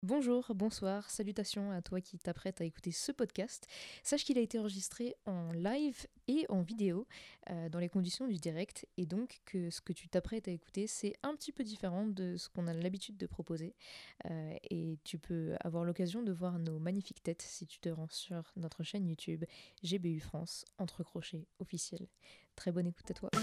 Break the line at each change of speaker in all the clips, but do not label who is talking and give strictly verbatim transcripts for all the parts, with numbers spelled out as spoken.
Bonjour, bonsoir, salutations à toi qui t'apprêtes à écouter ce podcast. Sache qu'il a été enregistré en live et en vidéo euh, dans les conditions du direct et donc que ce que tu t'apprêtes à écouter c'est un petit peu différent de ce qu'on a l'habitude de proposer euh, et tu peux avoir l'occasion de voir nos magnifiques têtes si tu te rends sur notre chaîne YouTube G B U France entre crochets officiel. Très bonne écoute à toi.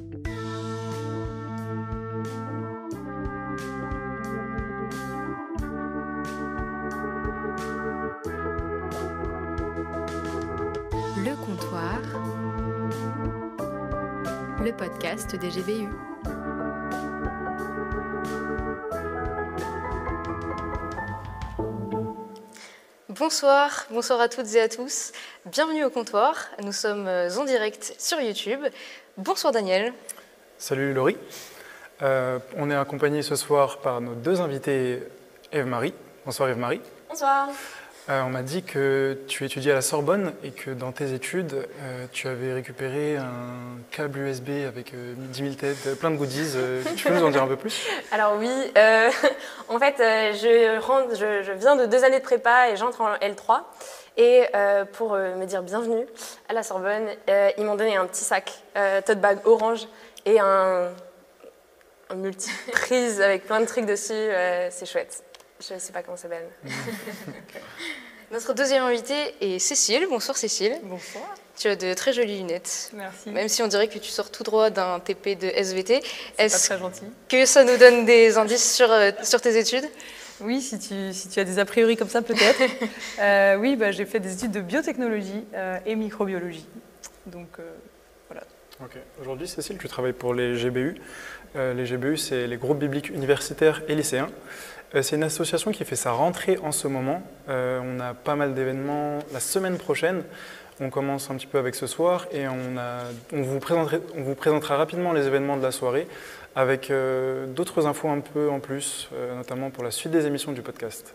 Le comptoir, le podcast des G B U.
Bonsoir, bonsoir à toutes et à tous. Bienvenue au comptoir. Nous sommes en direct sur YouTube. Bonsoir Daniel.
Salut Laurie. Euh, on est accompagné ce soir par nos deux invités, Eve-Marie. Bonsoir Eve-Marie.
Bonsoir.
Euh, on m'a dit que tu étudiais à la Sorbonne et que dans tes études, euh, tu avais récupéré un câble U S B avec euh, dix mille têtes, plein de goodies. Euh, tu peux nous en dire un peu plus ?
Alors oui, euh, en fait, euh, je, rentre, je, je viens de deux années de prépa et j'entre en L trois. Et euh, pour euh, me dire bienvenue à la Sorbonne, euh, ils m'ont donné un petit sac euh, tote bag orange et un, un multiprise avec plein de trucs dessus. Euh, c'est chouette. Je ne sais pas comment ça s'appelle.
Notre deuxième invitée est Cécile. Bonsoir Cécile.
Bonsoir.
Tu as de très jolies lunettes.
Merci.
Même si on dirait que tu sors tout droit d'un T P de S V T.
C'est
Est-ce
pas très gentil.
que ça nous donne des indices sur, euh, sur tes études ?
Oui, si tu, si tu as des a priori comme ça, peut-être. euh, oui, bah, j'ai fait des études de biotechnologie euh, et microbiologie. Donc, euh, voilà.
Ok. Aujourd'hui, Cécile, tu travailles pour les G B U. Euh, les G B U, c'est les groupes bibliques universitaires et lycéens. Euh, c'est une association qui fait sa rentrée en ce moment. Euh, on a pas mal d'événements la semaine prochaine. On commence un petit peu avec ce soir et on, a, on, vous, présenterait, on vous présentera rapidement les événements de la soirée avec euh, d'autres infos un peu en plus, euh, notamment pour la suite des émissions du podcast.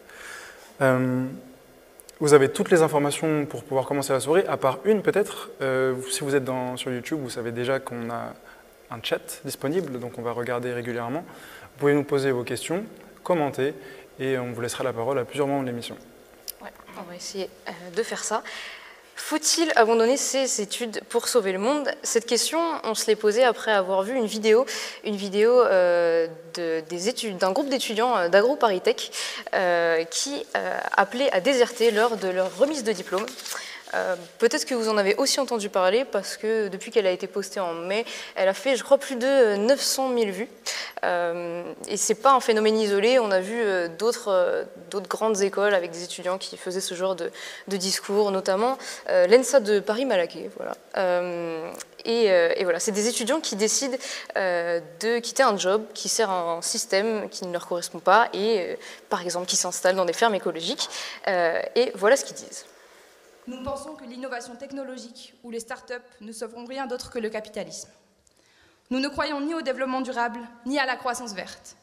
Euh, vous avez toutes les informations pour pouvoir commencer la soirée, à part une peut-être. Euh, si vous êtes dans, sur YouTube, vous savez déjà qu'on a un chat disponible, donc on va regarder régulièrement. Vous pouvez nous poser vos questions, commenter, et on vous laissera la parole à plusieurs moments de l'émission.
Ouais, on va essayer euh, de faire ça. Faut-il abandonner ses études pour sauver le monde ? Cette question, on se l'est posée après avoir vu une vidéo, une vidéo euh, de, des études, d'un groupe d'étudiants euh, d'AgroParisTech euh, qui euh, appelait à déserter lors de leur remise de diplôme. Euh, peut-être que vous en avez aussi entendu parler parce que depuis qu'elle a été postée en mai, elle a fait, je crois, plus de neuf cent mille vues. Euh, et c'est pas un phénomène isolé. On a vu euh, d'autres, euh, d'autres grandes écoles avec des étudiants qui faisaient ce genre de, de discours, notamment euh, l'ENSA de Paris-Malaquais. Voilà. Euh, et, euh, et voilà, c'est des étudiants qui décident euh, de quitter un job qui sert à un système qui ne leur correspond pas et, euh, par exemple, qui s'installent dans des fermes écologiques. Euh, et voilà ce qu'ils disent.
Nous pensons que l'innovation technologique ou les start-up ne sauveront rien d'autre que le capitalisme. Nous ne croyons ni au développement durable, ni à la croissance verte,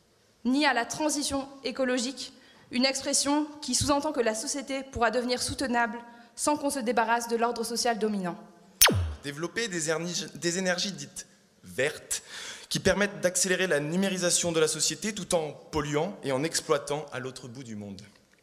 ni à la transition écologique, une expression qui sous-entend que la société pourra devenir soutenable sans qu'on se débarrasse de l'ordre social dominant.
Développer des, énergies, des énergies dites vertes qui permettent d'accélérer la numérisation de la société tout en polluant et en exploitant à l'autre bout du monde.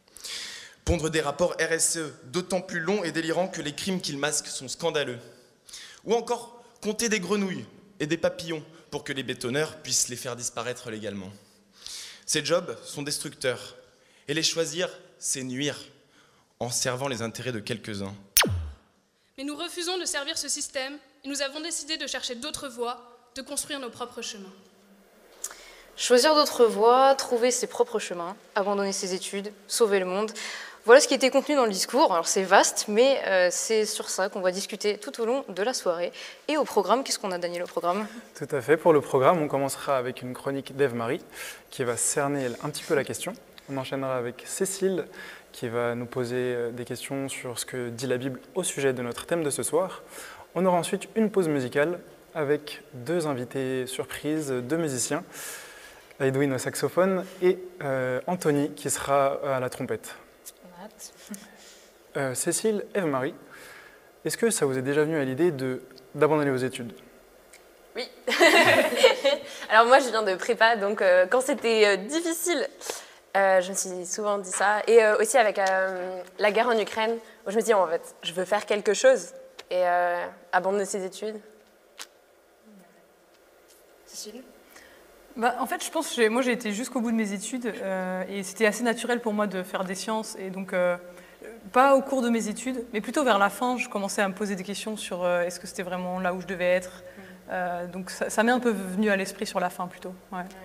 Pondre des rapports R S E d'autant plus longs et délirants que les crimes qu'ils masquent sont scandaleux. Ou encore compter des grenouilles et des papillons pour que les bétonneurs puissent les faire disparaître légalement. Ces jobs sont destructeurs et les choisir, c'est nuire en servant les intérêts de quelques-uns.
Mais nous refusons de servir ce système et nous avons décidé de chercher d'autres voies, de construire nos propres chemins.
Choisir d'autres voies, trouver ses propres chemins, abandonner ses études, sauver le monde. Voilà ce qui était contenu dans le discours. Alors c'est vaste, mais euh, c'est sur ça qu'on va discuter tout au long de la soirée. Et au programme, qu'est-ce qu'on a, Daniel, au programme ?
Tout à fait. Pour le programme, on commencera avec une chronique d'Eve-Marie qui va cerner un petit peu la question. On enchaînera avec Cécile qui va nous poser des questions sur ce que dit la Bible au sujet de notre thème de ce soir. On aura ensuite une pause musicale avec deux invités surprises, deux musiciens, Edwin au saxophone et euh, Anthony qui sera à la trompette. Euh, Cécile, Eve-Marie, est-ce que ça vous est déjà venu à l'idée de, d'abandonner vos études ?
Oui. Alors moi, je viens de prépa, donc euh, quand c'était euh, difficile Euh, je me suis souvent dit ça. Et euh, aussi avec euh, la guerre en Ukraine, où je me dis, en fait, je veux faire quelque chose. Et euh, abandonner ses études.
Cécile ?
Bah, en fait, je pense que moi, j'ai été jusqu'au bout de mes études euh, et c'était assez naturel pour moi de faire des sciences. Et donc, euh, pas au cours de mes études, mais plutôt vers la fin, je commençais à me poser des questions sur euh, est-ce que c'était vraiment là où je devais être. Euh, donc, ça, ça m'est un peu venu à l'esprit sur la fin, plutôt. Ouais. Ouais.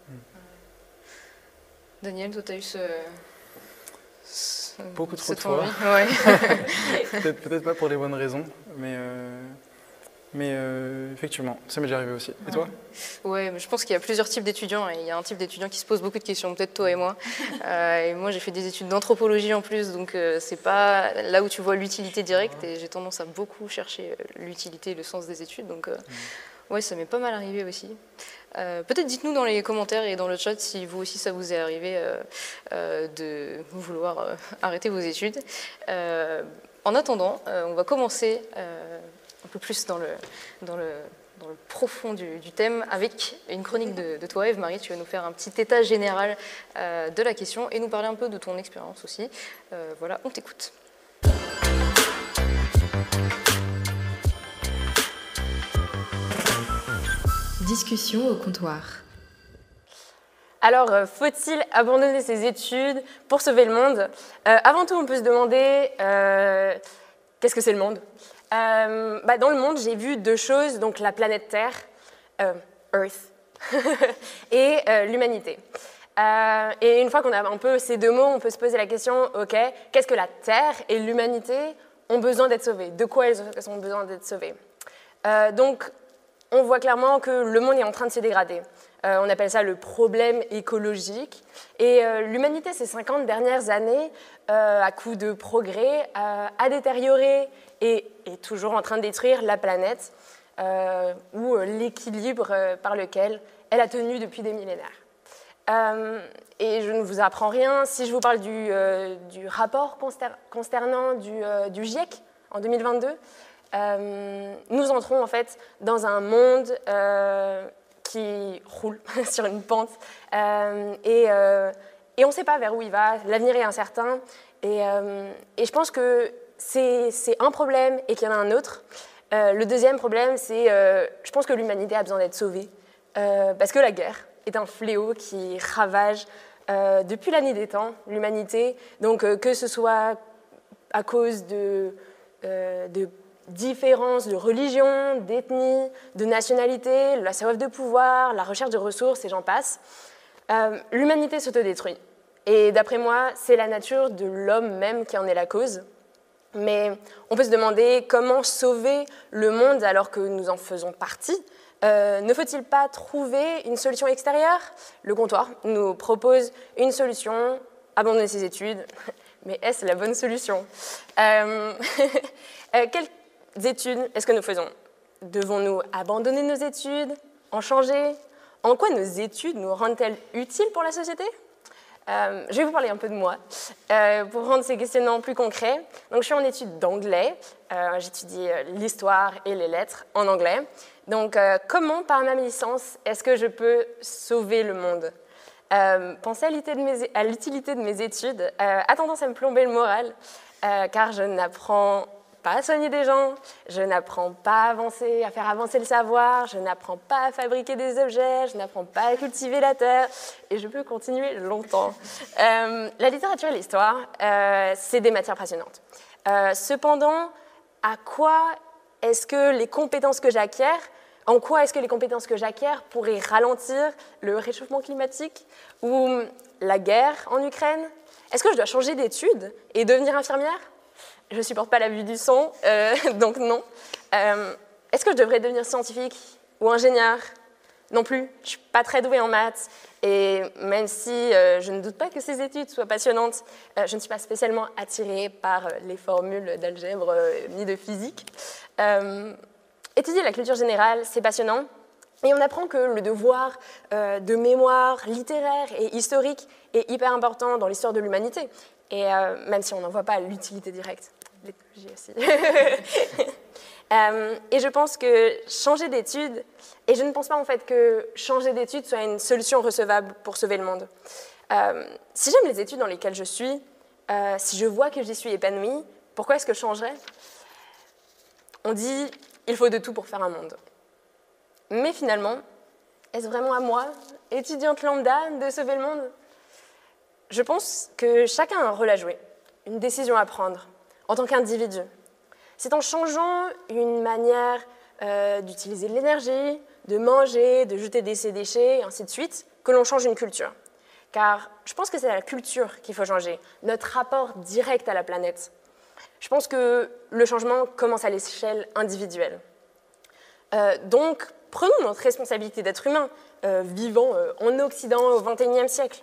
Daniel, toi, tu as eu ce... ce...
Beaucoup trop de
fois.
Ouais. peut-être, peut-être pas pour les bonnes raisons, mais, euh, mais euh, effectivement, ça m'est déjà arrivé aussi. Et toi ?
Ouais, mais je pense qu'il y a plusieurs types d'étudiants, et il y a un type d'étudiant qui se pose beaucoup de questions, peut-être toi et moi. Euh, et moi, j'ai fait des études d'anthropologie en plus, donc euh, c'est pas là où tu vois l'utilité directe, et j'ai tendance à beaucoup chercher l'utilité et le sens des études, donc euh, ouais, ça m'est pas mal arrivé aussi. Euh, peut-être dites-nous dans les commentaires et dans le chat si vous aussi ça vous est arrivé euh, euh, de vouloir euh, arrêter vos études. Euh, en attendant, euh, on va commencer euh, un peu plus dans le, dans le, dans le profond du, du thème avec une chronique de, de toi, Eve-Marie. Tu vas nous faire un petit état général euh, de la question et nous parler un peu de ton expérience aussi. Euh, voilà, on t'écoute.
Discussion au comptoir.
Alors, euh, faut-il abandonner ses études pour sauver le monde ? euh, Avant tout, on peut se demander euh, qu'est-ce que c'est le monde ? euh, bah, Dans le monde, j'ai vu deux choses, donc la planète Terre, euh, Earth, et euh, l'humanité. Euh, et une fois qu'on a un peu ces deux mots, on peut se poser la question, ok, qu'est-ce que la Terre et l'humanité ont besoin d'être sauvées ? De quoi elles ont besoin d'être sauvées ? euh, Donc, on voit clairement que le monde est en train de se dégrader. Euh, on appelle ça le problème écologique. Et euh, l'humanité, ces cinquante dernières années, euh, à coup de progrès, euh, a détérioré et est toujours en train de détruire la planète, euh, ou l'équilibre euh, par lequel elle a tenu depuis des millénaires. Euh, et je ne vous apprends rien si je vous parle du, euh, du rapport consternant du, euh, du GIEC en deux mille vingt-deux. Euh, nous entrons en fait dans un monde euh, qui roule sur une pente euh, et, euh, et on ne sait pas vers où il va, l'avenir est incertain et, euh, et je pense que c'est, c'est un problème et qu'il y en a un autre. Euh, le deuxième problème, c'est euh, je pense que l'humanité a besoin d'être sauvée euh, parce que la guerre est un fléau qui ravage euh, depuis la nuit des temps l'humanité, donc euh, que ce soit à cause de, euh, de différences de religion, d'ethnie, de nationalité, la soif de pouvoir, la recherche de ressources, et j'en passe. Euh, l'humanité s'autodétruit. Et d'après moi, c'est la nature de l'homme même qui en est la cause. Mais on peut se demander comment sauver le monde alors que nous en faisons partie. Euh, ne faut-il pas trouver une solution extérieure ? Le comptoir nous propose une solution, abandonner ses études. Mais est-ce la bonne solution ? euh, euh, quel études, est-ce que nous faisons ? Devons-nous abandonner nos études ? En changer ? En quoi nos études nous rendent-elles utiles pour la société ? euh, Je vais vous parler un peu de moi, euh, pour rendre ces questionnements plus concrets. Donc, je suis en études d'anglais, euh, j'étudie l'histoire et les lettres en anglais. Donc, euh, comment, par ma licence, est-ce que je peux sauver le monde ? euh, Penser à l'utilité de mes, à l'utilité de mes études euh, a tendance à me plomber le moral, euh, car je n'apprends pas à soigner des gens, je n'apprends pas à avancer, à faire avancer le savoir, je n'apprends pas à fabriquer des objets, je n'apprends pas à cultiver la terre, et je peux continuer longtemps. Euh, la littérature et l'histoire, euh, c'est des matières passionnantes. Euh, cependant, à quoi est-ce que les compétences que j'acquiers, en quoi est-ce que les compétences que j'acquiers pourraient ralentir le réchauffement climatique ou la guerre en Ukraine ? Est-ce que je dois changer d'études et devenir infirmière ? Je ne supporte pas la vue du son, euh, donc non. Euh, est-ce que je devrais devenir scientifique ou ingénieur ? Non plus, je ne suis pas très douée en maths. Et même si euh, je ne doute pas que ces études soient passionnantes, euh, je ne suis pas spécialement attirée par les formules d'algèbre euh, ni de physique. Euh, étudier la culture générale, c'est passionnant. Et on apprend que le devoir euh, de mémoire littéraire et historique est hyper important dans l'histoire de l'humanité. Et euh, même si on n'en voit pas l'utilité directe, l'écologie aussi. euh, et je pense que changer d'études, et je ne pense pas en fait que changer d'études soit une solution recevable pour sauver le monde. Euh, si j'aime les études dans lesquelles je suis, euh, si je vois que j'y suis épanouie, pourquoi est-ce que je changerais? On dit il faut de tout pour faire un monde. Mais finalement, est-ce vraiment à moi, étudiante lambda, de sauver le monde? Je pense que chacun a un rôle à jouer, une décision à prendre en tant qu'individu. C'est en changeant une manière euh, d'utiliser de l'énergie, de manger, de jeter des ses déchets, et ainsi de suite, que l'on change une culture. Car je pense que c'est la culture qu'il faut changer, notre rapport direct à la planète. Je pense que le changement commence à l'échelle individuelle. Euh, donc, prenons notre responsabilité d'être humain, euh, vivant euh, en Occident au vingt et unième siècle.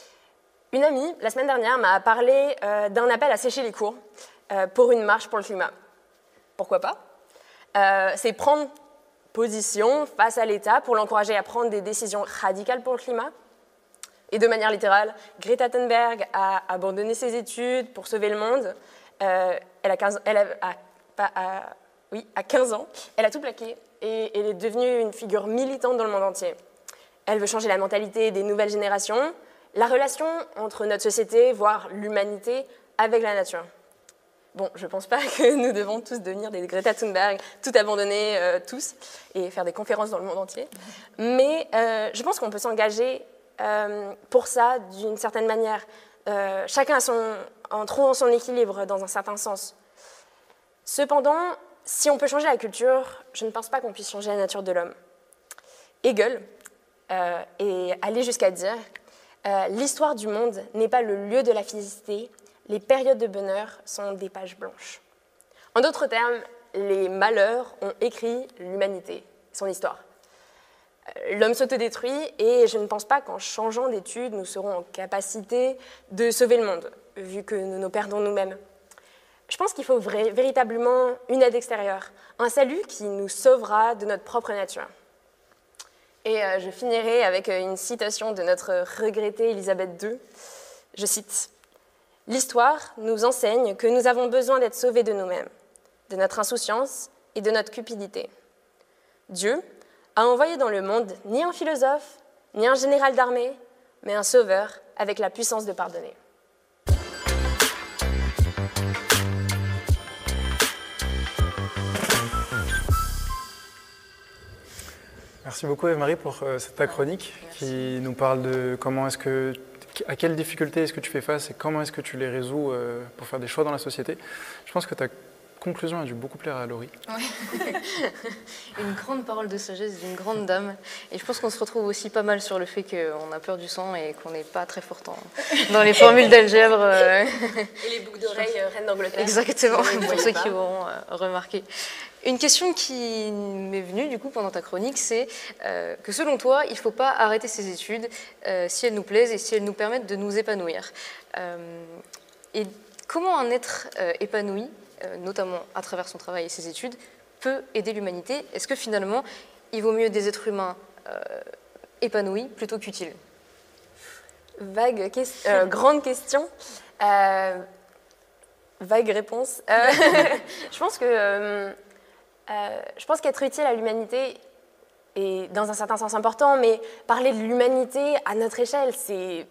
Une amie, la semaine dernière, m'a parlé euh, d'un appel à sécher les cours euh, pour une marche pour le climat. Pourquoi pas? euh, C'est prendre position face à l'État pour l'encourager à prendre des décisions radicales pour le climat. Et de manière littérale, Greta Thunberg a abandonné ses études pour sauver le monde. Euh, elle a quinze, elle a, a, pas, a, oui, à quinze ans, elle a tout plaqué et elle est devenue une figure militante dans le monde entier. Elle veut changer la mentalité des nouvelles générations, la relation entre notre société, voire l'humanité, avec la nature. Bon, je ne pense pas que nous devons tous devenir des Greta Thunberg, tout abandonner, euh, tous, et faire des conférences dans le monde entier. Mais euh, je pense qu'on peut s'engager euh, pour ça d'une certaine manière. Euh, chacun a son, en trouvant son équilibre dans un certain sens. Cependant, si on peut changer la culture, je ne pense pas qu'on puisse changer la nature de l'homme. Hegel euh, est allé jusqu'à dire euh, « L'histoire du monde n'est pas le lieu de la félicité, les périodes de bonheur sont des pages blanches. » En d'autres termes, les malheurs ont écrit l'humanité, son histoire. L'homme s'autodétruit et je ne pense pas qu'en changeant d'études, nous serons en capacité de sauver le monde, vu que nous nous perdons nous-mêmes. Je pense qu'il faut vrai, véritablement une aide extérieure, un salut qui nous sauvera de notre propre nature. Et euh, je finirai avec une citation de notre regrettée Élisabeth deux. Je cite « L'histoire nous enseigne que nous avons besoin d'être sauvés de nous-mêmes, de notre insouciance et de notre cupidité. Dieu a envoyé dans le monde ni un philosophe, ni un général d'armée, mais un sauveur avec la puissance de pardonner. »
Merci beaucoup Eve-Marie pour euh, cette ta chronique qui nous parle de comment est-ce que, à quelles difficultés est-ce que tu fais face et comment est-ce que tu les résous euh, pour faire des choix dans la société. Je pense que ta conclusion a dû beaucoup plaire à Laurie.
Ouais. Une grande parole de sagesse d'une grande dame. Et je pense qu'on se retrouve aussi pas mal sur le fait qu'on a peur du sang et qu'on n'est pas très fort en, dans les formules d'algèbre. Euh...
Et les boucles d'oreilles euh, reine d'Angleterre.
Exactement, pour ceux qui auront euh, remarqué. Une question qui m'est venue du coup pendant ta chronique, c'est euh, que selon toi, il ne faut pas arrêter ces études euh, si elles nous plaisent et si elles nous permettent de nous épanouir. Euh, et comment un être euh, épanoui, euh, notamment à travers son travail et ses études, peut aider l'humanité? Est-ce que finalement, il vaut mieux des êtres humains euh, épanouis plutôt qu'utiles?
Vague, que- euh, grande question. Euh, vague réponse. Euh, je pense que... Euh, Euh, je pense qu'être utile à l'humanité est dans un certain sens important, mais parler de l'humanité à notre échelle, c'est...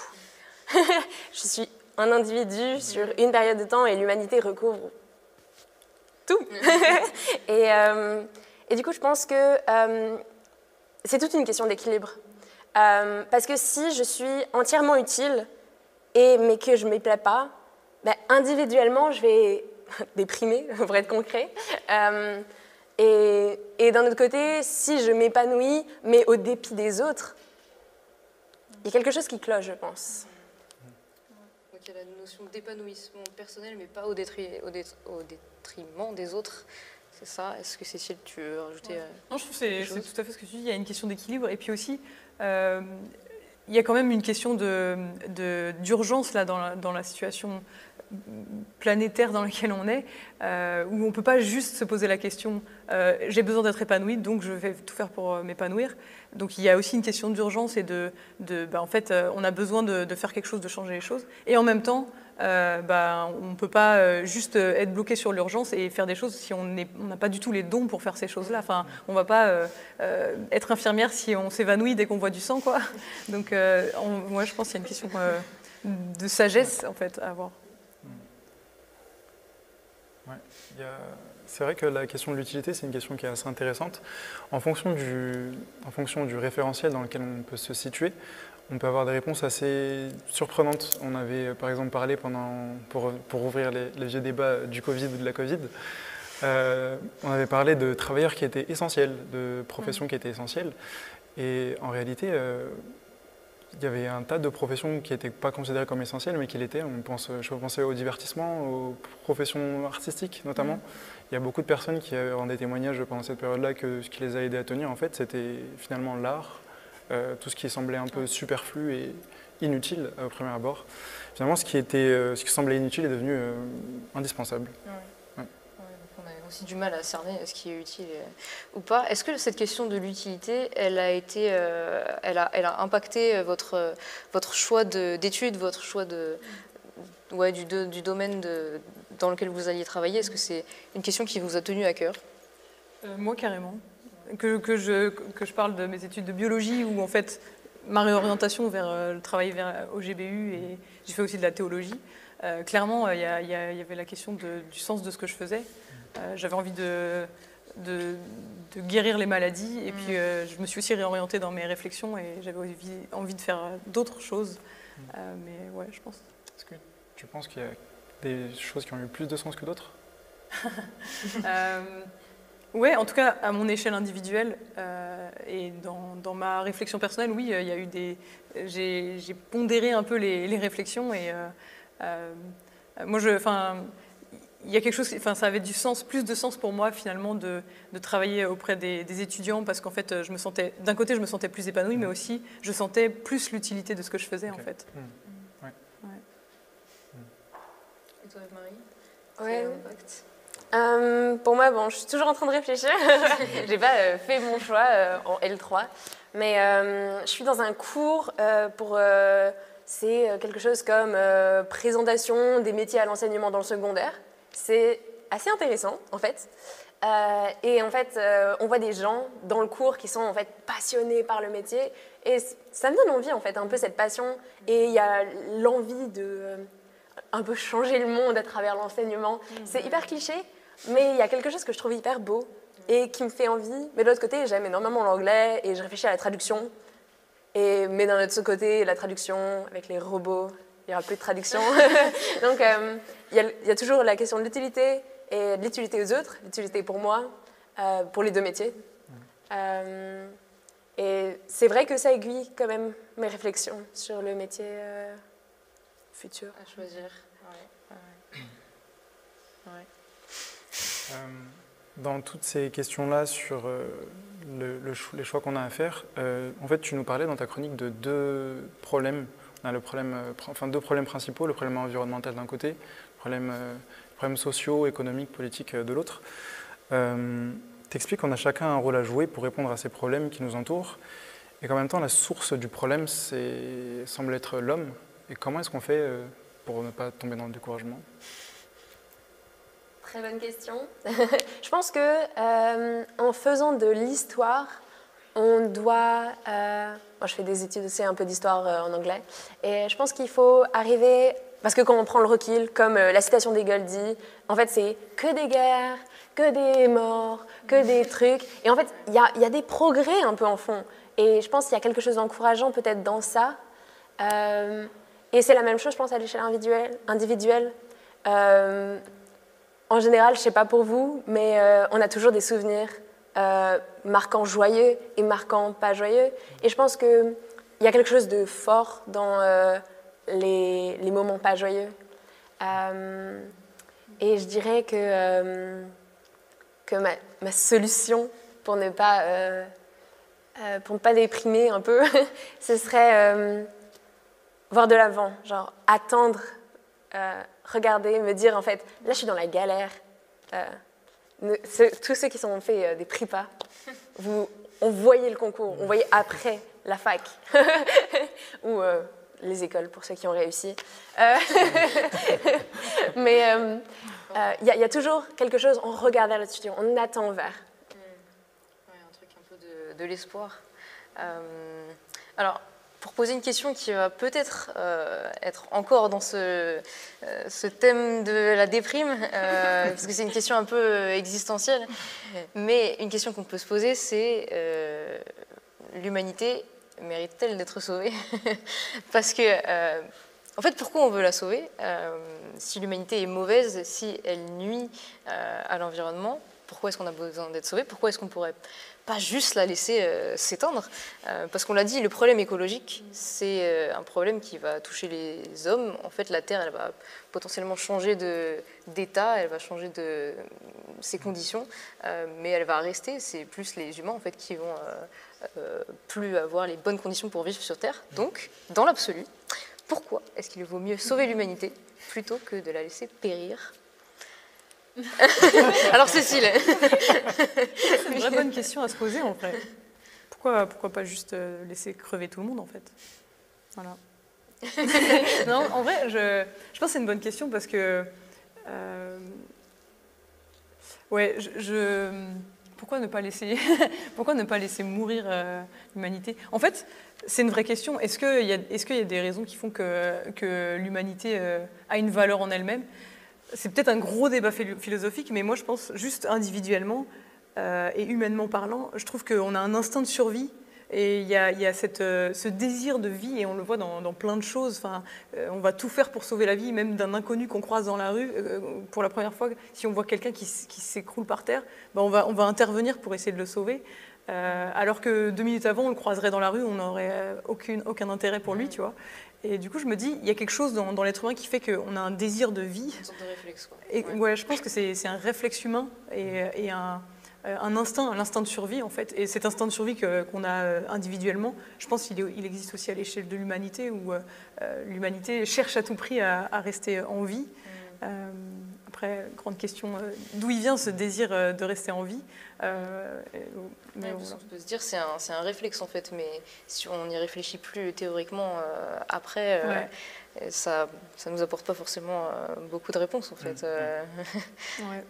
Je suis un individu sur une période de temps et l'humanité recouvre tout. et, euh, et du coup, je pense que euh, c'est toute une question d'équilibre. Euh, parce que si je suis entièrement utile, et, mais que je ne m'y plais pas, ben, individuellement, je vais... déprimée, pour être concret. Euh, et et d'un autre côté, si je m'épanouis, mais au dépit des autres, il y a quelque chose qui cloche, je pense.
Donc il y a la notion d'épanouissement personnel, mais pas au, détri- au, dé- au détriment des autres. C'est ça. Est-ce que Cécile, tu veux rajouter
Ouais.
euh,
Non, je trouve que c'est,
quelque
c'est
chose
tout à fait ce que tu dis. Il y a une question d'équilibre. Et puis aussi, euh, il y a quand même une question de, de, d'urgence là, dans, la, dans la situation planétaire dans laquelle on est, euh, où on ne peut pas juste se poser la question euh, j'ai besoin d'être épanoui, donc je vais tout faire pour euh, m'épanouir. Donc il y a aussi une question d'urgence et de, de bah, en fait, euh, on a besoin de, de faire quelque chose, de changer les choses. Et en même temps, euh, bah, on ne peut pas euh, juste être bloqué sur l'urgence et faire des choses si on n'a pas du tout les dons pour faire ces choses-là. Enfin, on ne va pas euh, euh, être infirmière si on s'évanouit dès qu'on voit du sang, quoi. Donc, euh, on, moi, je pense qu'il y a une question euh, de sagesse, en fait, à avoir.
Ouais, il y a... C'est vrai que la question de l'utilité, c'est une question qui est assez intéressante. En fonction, du, en fonction du référentiel dans lequel on peut se situer, on peut avoir des réponses assez surprenantes. On avait par exemple parlé, pendant, pour, pour ouvrir les, les vieux débats du Covid ou de la Covid, euh, on avait parlé de travailleurs qui étaient essentiels, de professions qui étaient essentielles. Et en réalité, euh, il y avait un tas de professions qui n'étaient pas considérées comme essentielles, mais qui l'étaient. On pense, je pensais au divertissement, aux professions artistiques notamment. Mmh. Il y a beaucoup de personnes qui rendaient témoignage pendant cette période-là que ce qui les a aidés à tenir, en fait, c'était finalement l'art, euh, tout ce qui semblait un peu superflu et inutile au premier abord. Finalement, ce qui, était, euh, ce qui semblait inutile est devenu euh, indispensable.
Ouais. Ouais. Ouais, on a aussi du mal à cerner ce qui est utile ou pas. Est-ce que cette question de l'utilité, elle a été, euh, elle a, elle a impacté votre, votre choix d'études, votre choix de, ouais, du, de, du domaine de, dans lequel vous alliez travailler? Est-ce que c'est une question qui vous a tenu à cœur?
euh, Moi, carrément. Que, que, je, que je parle de mes études de biologie, où en fait, ma réorientation vers euh, le travail vers, au G B U, et j'ai fait aussi de la théologie. Euh, clairement, il euh, y, y, y avait la question de, du sens de ce que je faisais. Euh, J'avais envie de, de, de guérir les maladies, et mmh. puis euh, je me suis aussi réorientée dans mes réflexions, et j'avais envie, envie de faire d'autres choses. Mmh. Euh, mais ouais, je pense.
Est-ce que tu penses qu'il y a des choses qui ont eu plus de sens que d'autres?
euh, Oui, en tout cas, à mon échelle individuelle euh, et dans, dans ma réflexion personnelle, oui, il y a eu des... J'ai pondéré un peu les, les réflexions et euh, euh, moi, je... Enfin, il y a quelque chose... Enfin, ça avait du sens, plus de sens pour moi, finalement, de, de travailler auprès des, des étudiants parce qu'en fait, je me sentais... D'un côté, je me sentais plus épanouie, mais aussi, je sentais plus l'utilité de ce que je faisais, okay. en fait. Mmh.
Ouais. Ouais. Mmh. Et toi, Marie?
Ouais. Euh, pour moi, bon, je suis toujours en train de réfléchir. J'ai pas euh, fait mon choix euh, en L trois, mais euh, je suis dans un cours euh, pour euh, c'est quelque chose comme euh, présentation des métiers à l'enseignement dans le secondaire. C'est assez intéressant en fait. Euh, et en fait, euh, on voit des gens dans le cours qui sont en fait passionnés par le métier, et ça me donne envie en fait, un peu cette passion. Et il y a l'envie de euh, un peu changer le monde à travers l'enseignement. Mmh. C'est hyper cliché. Mais il y a quelque chose que je trouve hyper beau et qui me fait envie. Mais de l'autre côté, j'aime énormément l'anglais et je réfléchis à la traduction. Et, mais d'un autre côté, la traduction, avec les robots, il n'y aura plus de traduction. Donc, euh, il y a, il y a toujours la question de l'utilité et de l'utilité aux autres, l'utilité pour moi, euh, pour les deux métiers. Euh, et c'est vrai que ça aiguille quand même mes réflexions sur le métier euh, futur.
À choisir. Ouais. Ouais.
Ouais. Euh, dans toutes ces questions-là sur euh, le, le, les choix qu'on a à faire, euh, en fait, tu nous parlais dans ta chronique de deux problèmes. On a le problème, euh, enfin, deux problèmes principaux, le problème environnemental d'un côté, le problème, euh, problèmes sociaux, économiques, politiques euh, de l'autre. Euh, T'expliques qu'on a chacun un rôle à jouer pour répondre à ces problèmes qui nous entourent, et qu'en même temps, la source du problème semble être l'homme. Et comment est-ce qu'on fait euh, pour ne pas tomber dans le découragement ?
Très bonne question. Je pense que euh, en faisant de l'histoire, on doit... Euh, moi, je fais des études aussi un peu d'histoire euh, en anglais. Et je pense qu'il faut arriver... Parce que quand on prend le recul, comme euh, la citation d'Hegel dit, en fait, c'est que des guerres, que des morts, que des trucs. Et en fait, il y a, y a des progrès un peu en fond. Et je pense qu'il y a quelque chose d'encourageant peut-être dans ça. Euh, et c'est la même chose, je pense, à l'échelle individuelle. individuelle. Euh, En général, je ne sais pas pour vous, mais euh, on a toujours des souvenirs euh, marquants joyeux et marquants pas joyeux. Et je pense qu'il y a quelque chose de fort dans euh, les, les moments pas joyeux. Euh, et je dirais que, euh, que ma, ma solution pour ne pas, euh, euh, pour ne pas déprimer un peu, ce serait euh, voir de l'avant, genre attendre. Euh, regarder, me dire en fait, là je suis dans la galère. Euh, ne, ce, tous ceux qui sont fait euh, des prépas, vous, on voyait le concours, on voyait après la fac, ou euh, les écoles, pour ceux qui ont réussi. Euh, mais il euh, euh, y, y a toujours quelque chose, on regarde vers le futur, on attend vers.
Mmh. Ouais, un truc un peu de, de l'espoir. Euh, alors, pour poser une question qui va peut-être euh, être encore dans ce, euh, ce thème de la déprime, euh, parce que c'est une question un peu existentielle, mais une question qu'on peut se poser, c'est euh, l'humanité mérite-t-elle d'être sauvée? Parce que, euh, en fait, pourquoi on veut la sauver? euh, Si l'humanité est mauvaise, si elle nuit euh, à l'environnement, pourquoi est-ce qu'on a besoin d'être sauvé? Pourquoi est-ce qu'on pourrait pas juste la laisser euh, s'éteindre, euh, parce qu'on l'a dit, le problème écologique, c'est euh, un problème qui va toucher les hommes. En fait, la Terre, elle va potentiellement changer d'état, elle va changer de ses conditions, euh, mais elle va rester. C'est plus les humains en fait qui vont euh, euh, plus avoir les bonnes conditions pour vivre sur Terre. Donc, dans l'absolu, pourquoi est-ce qu'il vaut mieux sauver l'humanité plutôt que de la laisser périr? Alors Cécile.
C'est une vraie bonne question à se poser en fait. Pourquoi, pourquoi pas juste laisser crever tout le monde en fait? Voilà. Non, en vrai, je, je pense que c'est une bonne question parce que... Euh, ouais, je, je, pourquoi, ne pas laisser, pourquoi ne pas laisser mourir euh, l'humanité? En fait, c'est une vraie question. Est-ce qu'il y, est qu'il y a des raisons qui font que, que l'humanité euh, a une valeur en elle-même? C'est peut-être un gros débat philosophique, mais moi je pense juste individuellement euh, et humainement parlant, je trouve qu'on a un instinct de survie et il y a, y a cette, euh, ce désir de vie et on le voit dans, dans plein de choses. Enfin, euh, on va tout faire pour sauver la vie, même d'un inconnu qu'on croise dans la rue. Euh, pour la première fois, si on voit quelqu'un qui, qui s'écroule par terre, ben on, va, on va intervenir pour essayer de le sauver. Euh, alors que deux minutes avant, on le croiserait dans la rue, on n'aurait aucun, aucun intérêt pour lui, tu vois. Et du coup, je me dis, il y a quelque chose dans, dans l'être humain qui fait qu'on a un désir de vie.
Une sorte de réflexe, quoi.
Et, ouais. Ouais, je pense que c'est un réflexe humain et, et un, un instinct, un instinct de survie, en fait. Et cet instinct de survie qu'on a individuellement, je pense qu'il il existe aussi à l'échelle de l'humanité, où euh, l'humanité cherche à tout prix à, à rester en vie. Mm. Euh, après, grande question, euh, d'où il vient ce désir euh, de rester en vie? euh, et,
mais ouais, voilà. On peut se dire c'est un, un réflexe en fait, mais si on n'y réfléchit plus théoriquement euh, après, euh, ouais. ça ne nous apporte pas forcément euh, beaucoup de réponses en fait. Mmh. Euh... Ouais.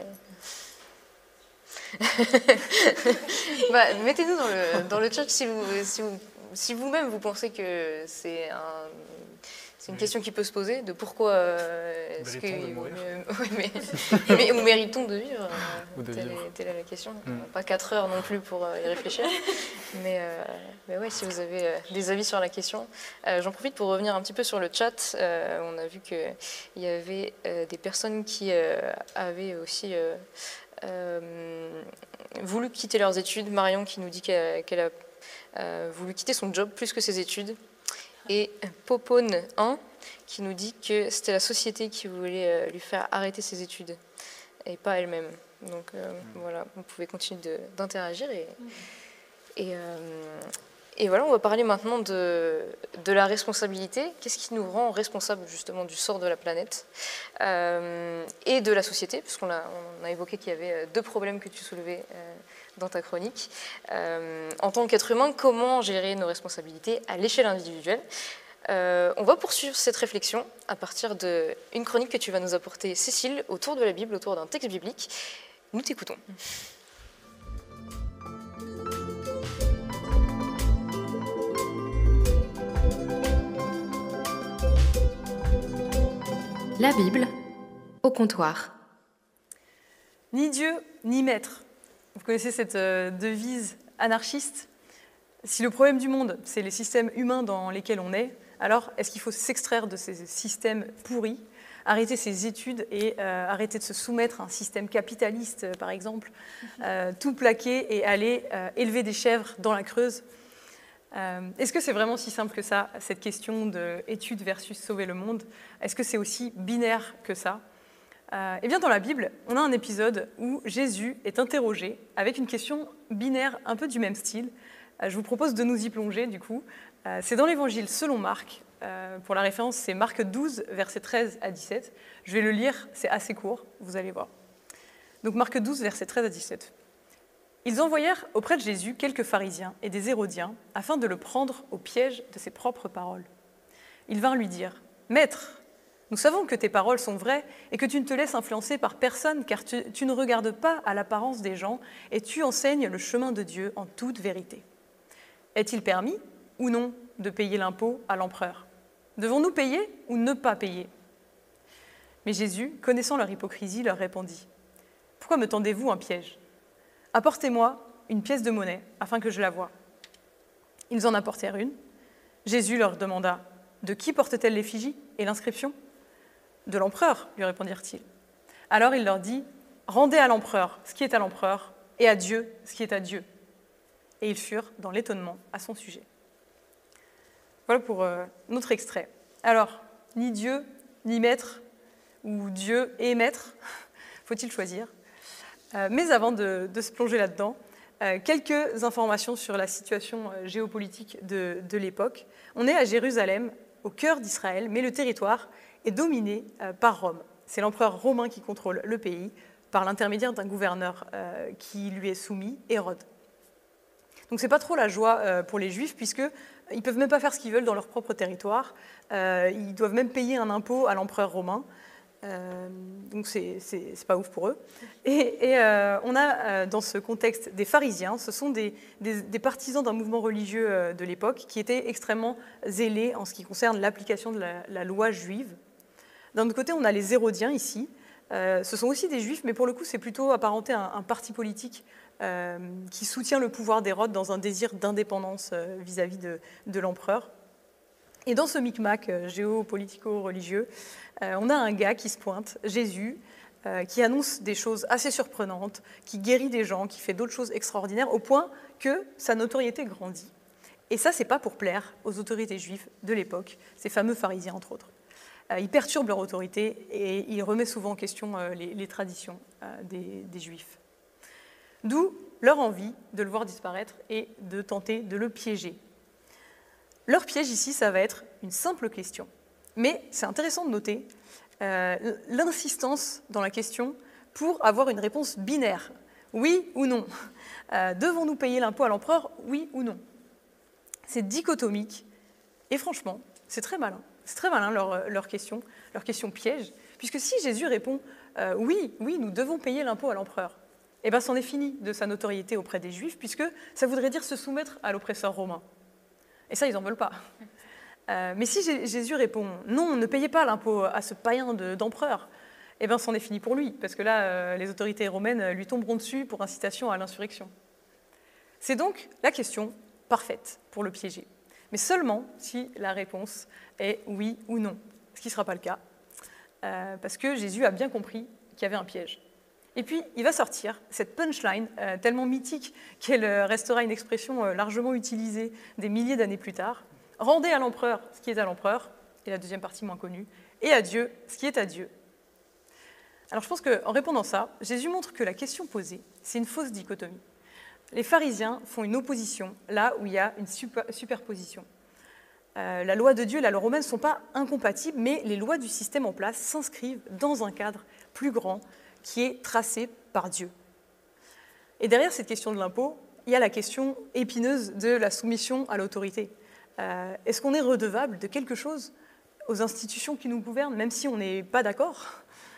Ouais. Bah, mettez-nous dans le, dans le chat si vous, si vous, si vous-même vous pensez que c'est un... C'est une question qui peut se poser, de pourquoi euh, est-ce que... Euh, oui, mais, mais où méritons de vivre euh, telle, est, telle est la question. Mm. Pas quatre heures non plus pour euh, y réfléchir. mais, euh, mais ouais, si vous avez euh, des avis sur la question. Euh, J'en profite pour revenir un petit peu sur le chat. Euh, on a vu qu'il y avait euh, des personnes qui euh, avaient aussi euh, euh, voulu quitter leurs études. Marion qui nous dit qu'elle qu'elle a euh, voulu quitter son job plus que ses études. Et Popone un qui nous dit que c'était la société qui voulait lui faire arrêter ses études et pas elle-même. Donc euh, mmh. voilà, vous pouvez continuer d'interagir. Et, mmh. et, euh, et voilà, on va parler maintenant de, de la responsabilité. Qu'est-ce qui nous rend responsables justement du sort de la planète euh, et de la société, puisqu'on a, on a évoqué qu'il y avait deux problèmes que tu soulevais euh, dans ta chronique. Euh, en tant qu'être humain, comment gérer nos responsabilités à l'échelle individuelle? euh, On va poursuivre cette réflexion à partir d'une chronique que tu vas nous apporter, Cécile, autour de la Bible, autour d'un texte biblique. Nous t'écoutons.
La Bible au comptoir.
Ni Dieu, ni maître. Vous connaissez cette euh, devise anarchiste? Si le problème du monde, c'est les systèmes humains dans lesquels on est, alors est-ce qu'il faut s'extraire de ces systèmes pourris, arrêter ses études et euh, arrêter de se soumettre à un système capitaliste, par exemple, euh, tout plaquer et aller euh, élever des chèvres dans la Creuse? euh, Est-ce que c'est vraiment si simple que ça, cette question d'études versus sauver le monde? Est-ce que c'est aussi binaire que ça? Euh, eh bien, dans la Bible, on a un épisode où Jésus est interrogé avec une question binaire un peu du même style. Euh, je vous propose de nous y plonger, du coup. Euh, c'est dans l'Évangile selon Marc. Euh, pour la référence, c'est Marc douze, versets treize à dix-sept. Je vais le lire, c'est assez court, vous allez voir. Donc Marc douze, versets treize à dix-sept. Ils envoyèrent auprès de Jésus quelques pharisiens et des hérodiens afin de le prendre au piège de ses propres paroles. Ils vinrent lui dire « Maître, nous savons que tes paroles sont vraies et que tu ne te laisses influencer par personne car tu, tu ne regardes pas à l'apparence des gens et tu enseignes le chemin de Dieu en toute vérité. Est-il permis ou non de payer l'impôt à l'empereur? Devons-nous payer ou ne pas payer ?» Mais Jésus, connaissant leur hypocrisie, leur répondit « Pourquoi me tendez-vous un piège? Apportez-moi une pièce de monnaie afin que je la voie. » Ils en apportèrent une. Jésus leur demanda « De qui porte-t-elle l'effigie et l'inscription ?»« De l'empereur, lui répondirent-ils. Alors il leur dit « Rendez à l'empereur ce qui est à l'empereur et à Dieu ce qui est à Dieu. » Et ils furent dans l'étonnement à son sujet. Voilà pour euh, notre extrait. Alors, ni Dieu, ni maître, ou Dieu et maître, faut-il choisir. Euh, mais avant de, de se plonger là-dedans, euh, quelques informations sur la situation euh, géopolitique de, de l'époque. On est à Jérusalem, au cœur d'Israël, mais le territoire est dominé euh, par Rome. C'est l'empereur romain qui contrôle le pays, par l'intermédiaire d'un gouverneur euh, qui lui est soumis, Hérode. Donc c'est pas trop la joie euh, pour les Juifs, puisqu'ils ne peuvent même pas faire ce qu'ils veulent dans leur propre territoire. Euh, ils doivent même payer un impôt à l'empereur romain. Euh, donc c'est, c'est, c'est pas ouf pour eux. Et, et euh, on a euh, dans ce contexte des pharisiens, ce sont des, des, des partisans d'un mouvement religieux euh, de l'époque qui étaient extrêmement zélés en ce qui concerne l'application de la, la loi juive. D'un autre côté, on a les hérodiens ici. Euh, ce sont aussi des juifs, mais pour le coup, c'est plutôt apparenté à un, un parti politique euh, qui soutient le pouvoir d'Hérode dans un désir d'indépendance euh, vis-à-vis de, de l'empereur. Et dans ce micmac euh, géopolitico-religieux, euh, on a un gars qui se pointe, Jésus, euh, qui annonce des choses assez surprenantes, qui guérit des gens, qui fait d'autres choses extraordinaires, au point que sa notoriété grandit. Et ça, c'est pas pour plaire aux autorités juives de l'époque, ces fameux pharisiens, entre autres. Euh, il perturbe leur autorité et il remet souvent en question euh, les, les traditions euh, des, des juifs. D'où leur envie de le voir disparaître et de tenter de le piéger. Leur piège ici, ça va être une simple question. Mais c'est intéressant de noter euh, l'insistance dans la question pour avoir une réponse binaire. Oui ou non. Euh, devons-nous payer l'impôt à l'empereur? Oui ou non. C'est dichotomique. Et franchement, c'est très malin. C'est très malin leur, leur question, leur question piège. Puisque si Jésus répond euh, oui, oui, nous devons payer l'impôt à l'empereur, eh bien, c'en est fini de sa notoriété auprès des Juifs, puisque ça voudrait dire se soumettre à l'oppresseur romain. Et ça, ils n'en veulent pas. Euh, mais si Jésus répond « Non, ne payez pas l'impôt à ce païen de, d'empereur », eh bien, c'en est fini pour lui, parce que là, euh, les autorités romaines lui tomberont dessus pour incitation à l'insurrection. C'est donc la question parfaite pour le piéger. Mais seulement si la réponse est oui ou non, ce qui ne sera pas le cas, euh, parce que Jésus a bien compris qu'il y avait un piège. Et puis, il va sortir cette punchline euh, tellement mythique qu'elle euh, restera une expression euh, largement utilisée des milliers d'années plus tard. « Rendez à l'empereur ce qui est à l'empereur », et la deuxième partie moins connue, « et à Dieu ce qui est à Dieu ». Alors je pense qu'en répondant ça, Jésus montre que la question posée, c'est une fausse dichotomie. Les pharisiens font une opposition là où il y a une super, superposition. Euh, la loi de Dieu et la loi romaine ne sont pas incompatibles, mais les lois du système en place s'inscrivent dans un cadre plus grand, qui est tracé par Dieu. Et derrière cette question de l'impôt, il y a la question épineuse de la soumission à l'autorité. Euh, est-ce qu'on est redevable de quelque chose aux institutions qui nous gouvernent, même si on n'est pas d'accord?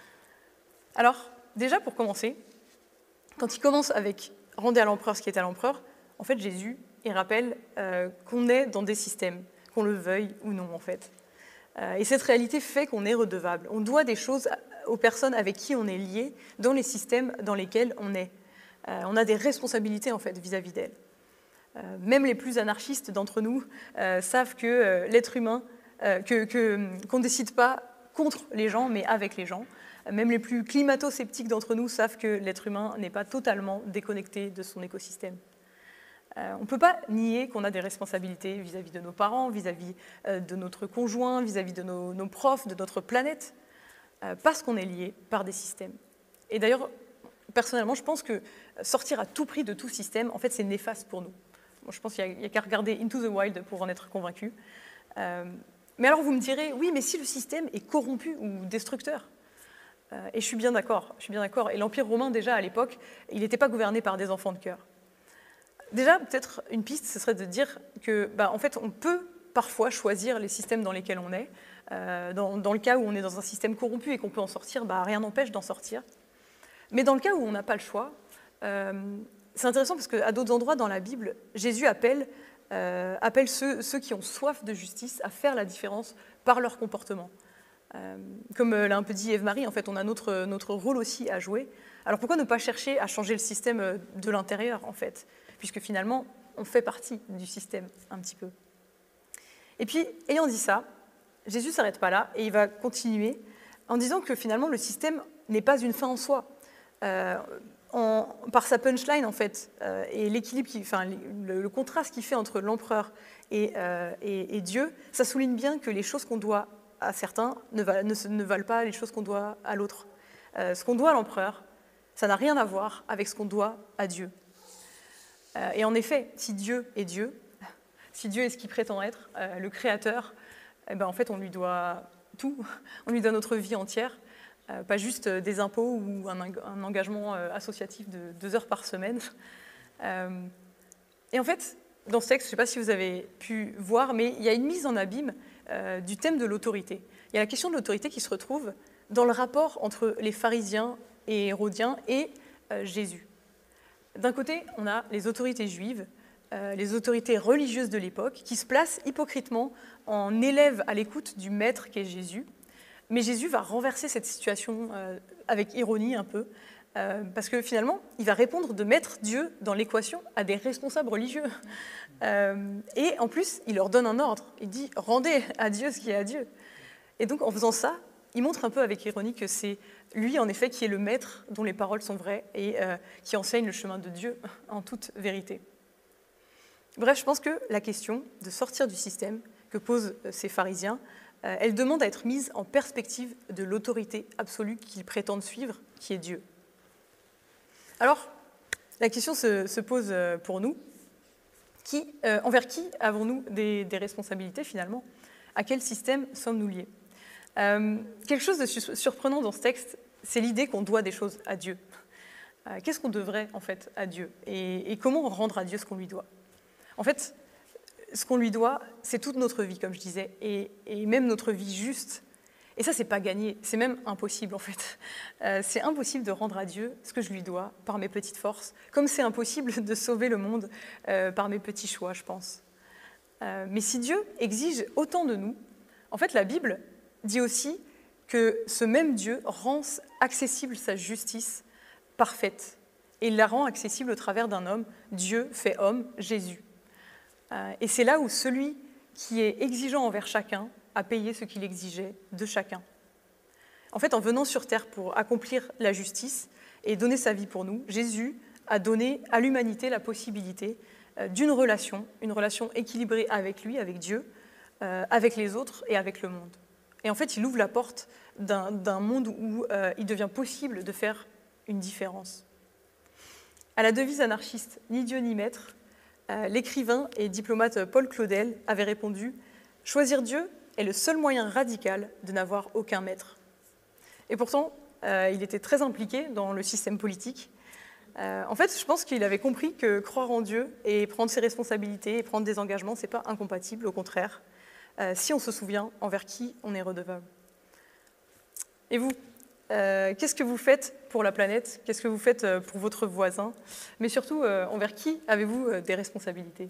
Alors, déjà pour commencer, quand il commence avec « rendez à l'empereur ce qui est à l'empereur », en fait, Jésus, il rappelle euh, qu'on est dans des systèmes, qu'on le veuille ou non, en fait. Euh, et cette réalité fait qu'on est redevable. On doit des choses aux personnes avec qui on est lié dans les systèmes dans lesquels on est. Euh, on a des responsabilités en fait vis-à-vis d'elles. Euh, même les plus anarchistes d'entre nous euh, savent que euh, l'être humain, euh, que, que, qu'on ne décide pas contre les gens, mais avec les gens. Euh, même les plus climato-sceptiques d'entre nous savent que l'être humain n'est pas totalement déconnecté de son écosystème. Euh, on ne peut pas nier qu'on a des responsabilités vis-à-vis de nos parents, vis-à-vis euh, de notre conjoint, vis-à-vis de nos, nos profs, de notre planète. Parce qu'on est lié par des systèmes. Et d'ailleurs, personnellement, je pense que sortir à tout prix de tout système, en fait, c'est néfaste pour nous. Bon, je pense qu'il n'y a, a qu'à regarder Into the Wild pour en être convaincu. Euh, mais alors, vous me direz, oui, mais si le système est corrompu ou destructeur, euh, et je suis bien d'accord, je suis bien d'accord. Et l'Empire romain, déjà, à l'époque, il n'était pas gouverné par des enfants de cœur. Déjà, peut-être une piste, ce serait de dire que, bah, en fait, on peut parfois choisir les systèmes dans lesquels on est. Euh, dans, dans le cas où on est dans un système corrompu et qu'on peut en sortir, bah, rien n'empêche d'en sortir. Mais dans le cas où on n'a pas le choix, euh, c'est intéressant parce qu'à d'autres endroits dans la Bible, Jésus appelle, euh, appelle ceux, ceux qui ont soif de justice à faire la différence par leur comportement. Euh, comme l'a un peu dit Ève-Marie, en fait, on a notre, notre rôle aussi à jouer. Alors pourquoi ne pas chercher à changer le système de l'intérieur, en fait, puisque finalement, on fait partie du système un petit peu. Et puis, ayant dit ça, Jésus ne s'arrête pas là et il va continuer en disant que finalement le système n'est pas une fin en soi. Euh, en, par sa punchline en fait, euh, et l'équilibre, qui, enfin, le, le contraste qu'il fait entre l'empereur et, euh, et, et Dieu, ça souligne bien que les choses qu'on doit à certains ne, va, ne, ne valent pas les choses qu'on doit à l'autre. Euh, ce qu'on doit à l'empereur, ça n'a rien à voir avec ce qu'on doit à Dieu. Euh, et en effet, si Dieu est Dieu, si Dieu est ce qu'il prétend être, euh, le Créateur, eh ben, en fait, on lui doit tout. On lui doit notre vie entière, euh, pas juste des impôts ou un, un engagement euh, associatif de deux heures par semaine. Euh, et en fait, dans ce texte, je ne sais pas si vous avez pu voir, mais il y a une mise en abîme euh, du thème de l'autorité. Il y a la question de l'autorité qui se retrouve dans le rapport entre les pharisiens et hérodiens et euh, Jésus. D'un côté, on a les autorités juives, euh, les autorités religieuses de l'époque, qui se placent hypocritement en élèves à l'écoute du maître qu'est Jésus. Mais Jésus va renverser cette situation euh, avec ironie un peu, euh, parce que finalement, il va répondre de mettre Dieu dans l'équation à des responsables religieux. Euh, et en plus, il leur donne un ordre. Il dit « rendez à Dieu ce qui est à Dieu ». Et donc, en faisant ça, il montre un peu avec ironie que c'est lui, en effet, qui est le maître dont les paroles sont vraies et euh, qui enseigne le chemin de Dieu en toute vérité. Bref, je pense que la question de sortir du système que posent ces pharisiens, euh, elle demande à être mise en perspective de l'autorité absolue qu'ils prétendent suivre, qui est Dieu. Alors, la question se, se pose pour nous, qui, euh, envers qui avons-nous des, des responsabilités finalement? À quel système sommes-nous liés? Euh, quelque chose de su- surprenant dans ce texte, c'est l'idée qu'on doit des choses à Dieu. Euh, qu'est-ce qu'on devrait en fait à Dieu et, et comment rendre à Dieu ce qu'on lui doit? En fait, ce qu'on lui doit, c'est toute notre vie, comme je disais, et, et même notre vie juste. Et ça, c'est pas gagné, c'est même impossible en fait. Euh, c'est impossible de rendre à Dieu ce que je lui dois par mes petites forces, comme c'est impossible de sauver le monde euh, par mes petits choix, je pense. Euh, mais si Dieu exige autant de nous, en fait, la Bible dit aussi que ce même Dieu rend accessible sa justice parfaite. Et il la rend accessible au travers d'un homme, Dieu fait homme, Jésus. Euh, et c'est là où celui qui est exigeant envers chacun a payé ce qu'il exigeait de chacun. En fait, en venant sur terre pour accomplir la justice et donner sa vie pour nous, Jésus a donné à l'humanité la possibilité euh, d'une relation, une relation équilibrée avec lui, avec Dieu, euh, avec les autres et avec le monde. Et en fait, il ouvre la porte d'un, d'un monde où euh, il devient possible de faire une différence. À la devise anarchiste « Ni Dieu ni maître », euh, l'écrivain et diplomate Paul Claudel avait répondu « Choisir Dieu est le seul moyen radical de n'avoir aucun maître ». Et pourtant, euh, il était très impliqué dans le système politique. Euh, en fait, je pense qu'il avait compris que croire en Dieu et prendre ses responsabilités et prendre des engagements, ce n'est pas incompatible, au contraire. Euh, si on se souvient envers qui on est redevable. Et vous, euh, qu'est-ce que vous faites pour la planète? Qu'est-ce que vous faites pour votre voisin? Mais surtout, euh, envers qui avez-vous euh, des responsabilités?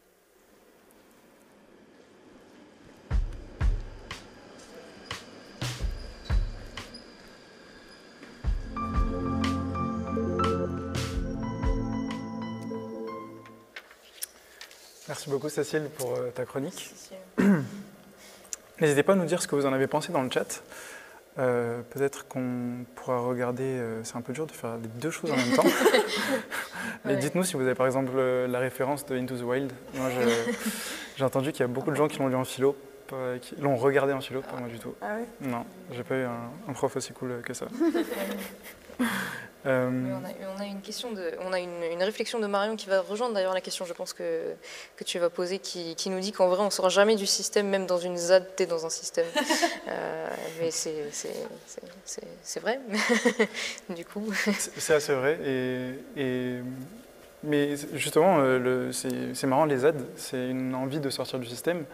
Merci beaucoup Cécile pour euh, ta chronique. N'hésitez pas à nous dire ce que vous en avez pensé dans le chat. Euh, peut-être qu'on pourra regarder, euh, c'est un peu dur de faire les deux choses en même temps. Mais ouais. Dites-nous si vous avez par exemple euh, la référence de Into the Wild. Moi je, j'ai entendu qu'il y a beaucoup de gens qui l'ont lu en philo, pas, qui l'ont regardé en philo, pas moi du tout.
Ah ouais?
Non, j'ai pas eu un, un prof aussi cool que ça. Euh...
On, a, on a une question de, on a une, une réflexion de Marion qui va rejoindre d'ailleurs la question, je pense que que tu vas poser, qui, qui nous dit qu'en vrai on ne sort jamais du système, même dans une Z A D, t'es dans un système. euh, mais c'est c'est c'est c'est, c'est vrai. Du coup.
C'est, c'est assez vrai et, et mais justement le, c'est, c'est marrant, les Z A D, c'est une envie de sortir du système.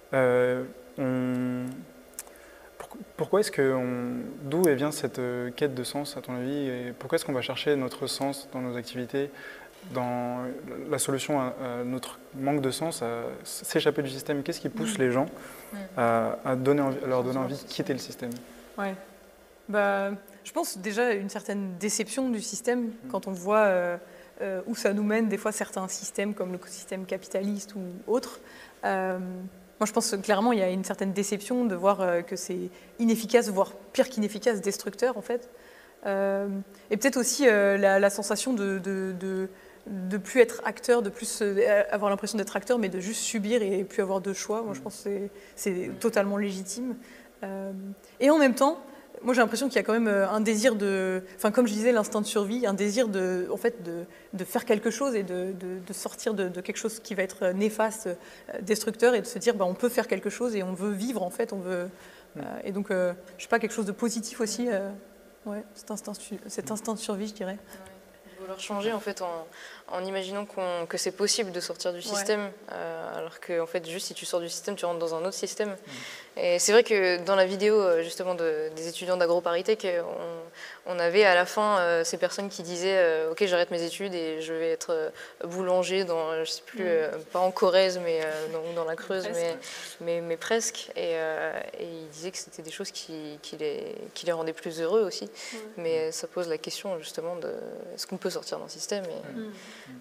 Euh, on... Pourquoi est-ce que on... d'où vient cette quête de sens à ton avis, et pourquoi est-ce qu'on va chercher notre sens dans nos activités, dans la solution à, à notre manque de sens, à s'échapper du système? Qu'est-ce qui pousse mmh. les gens à, à, donner envie, à leur donner envie de quitter le système?
Ouais. Bah, je pense déjà une certaine déception du système mmh. quand on voit euh, euh, où ça nous mène des fois certains systèmes comme le système capitaliste ou autre. Euh, Moi, je pense que clairement, il y a une certaine déception de voir euh, que c'est inefficace, voire pire qu'inefficace, destructeur, en fait. Euh, et peut-être aussi euh, la, la sensation de, de, de, de plus être acteur, de plus euh, avoir l'impression d'être acteur, mais de juste subir et plus avoir de choix. Moi, je pense que c'est, c'est totalement légitime. Euh, et en même temps, moi, j'ai l'impression qu'il y a quand même un désir de, enfin, comme je disais, l'instinct de survie, un désir de, en fait, de, de faire quelque chose et de, de, de sortir de, de quelque chose qui va être néfaste, destructeur, et de se dire, bah, on peut faire quelque chose et on veut vivre, en fait, on veut. Euh, et donc, euh, je sais pas, quelque chose de positif aussi. Euh, ouais, cet instinct, cet instinct de survie, je dirais.
Vouloir changer en fait en, en imaginant qu'on, que c'est possible de sortir du système, ouais. euh, alors que en fait juste si tu sors du système tu rentres dans un autre système. Mmh. Et c'est vrai que dans la vidéo justement de, des étudiants d'AgroParisTech, on, on avait à la fin euh, ces personnes qui disaient euh, ok j'arrête mes études et je vais être euh, boulanger dans je sais plus mmh. euh, pas en Corrèze mais euh, dans, dans la Creuse presque. mais, mais mais presque et, euh, et ils disaient que c'était des choses qui, qui, les, qui les rendaient plus heureux aussi. Mmh. Mais ça pose la question justement de est-ce qu'on peut sortir d'un système et, mmh.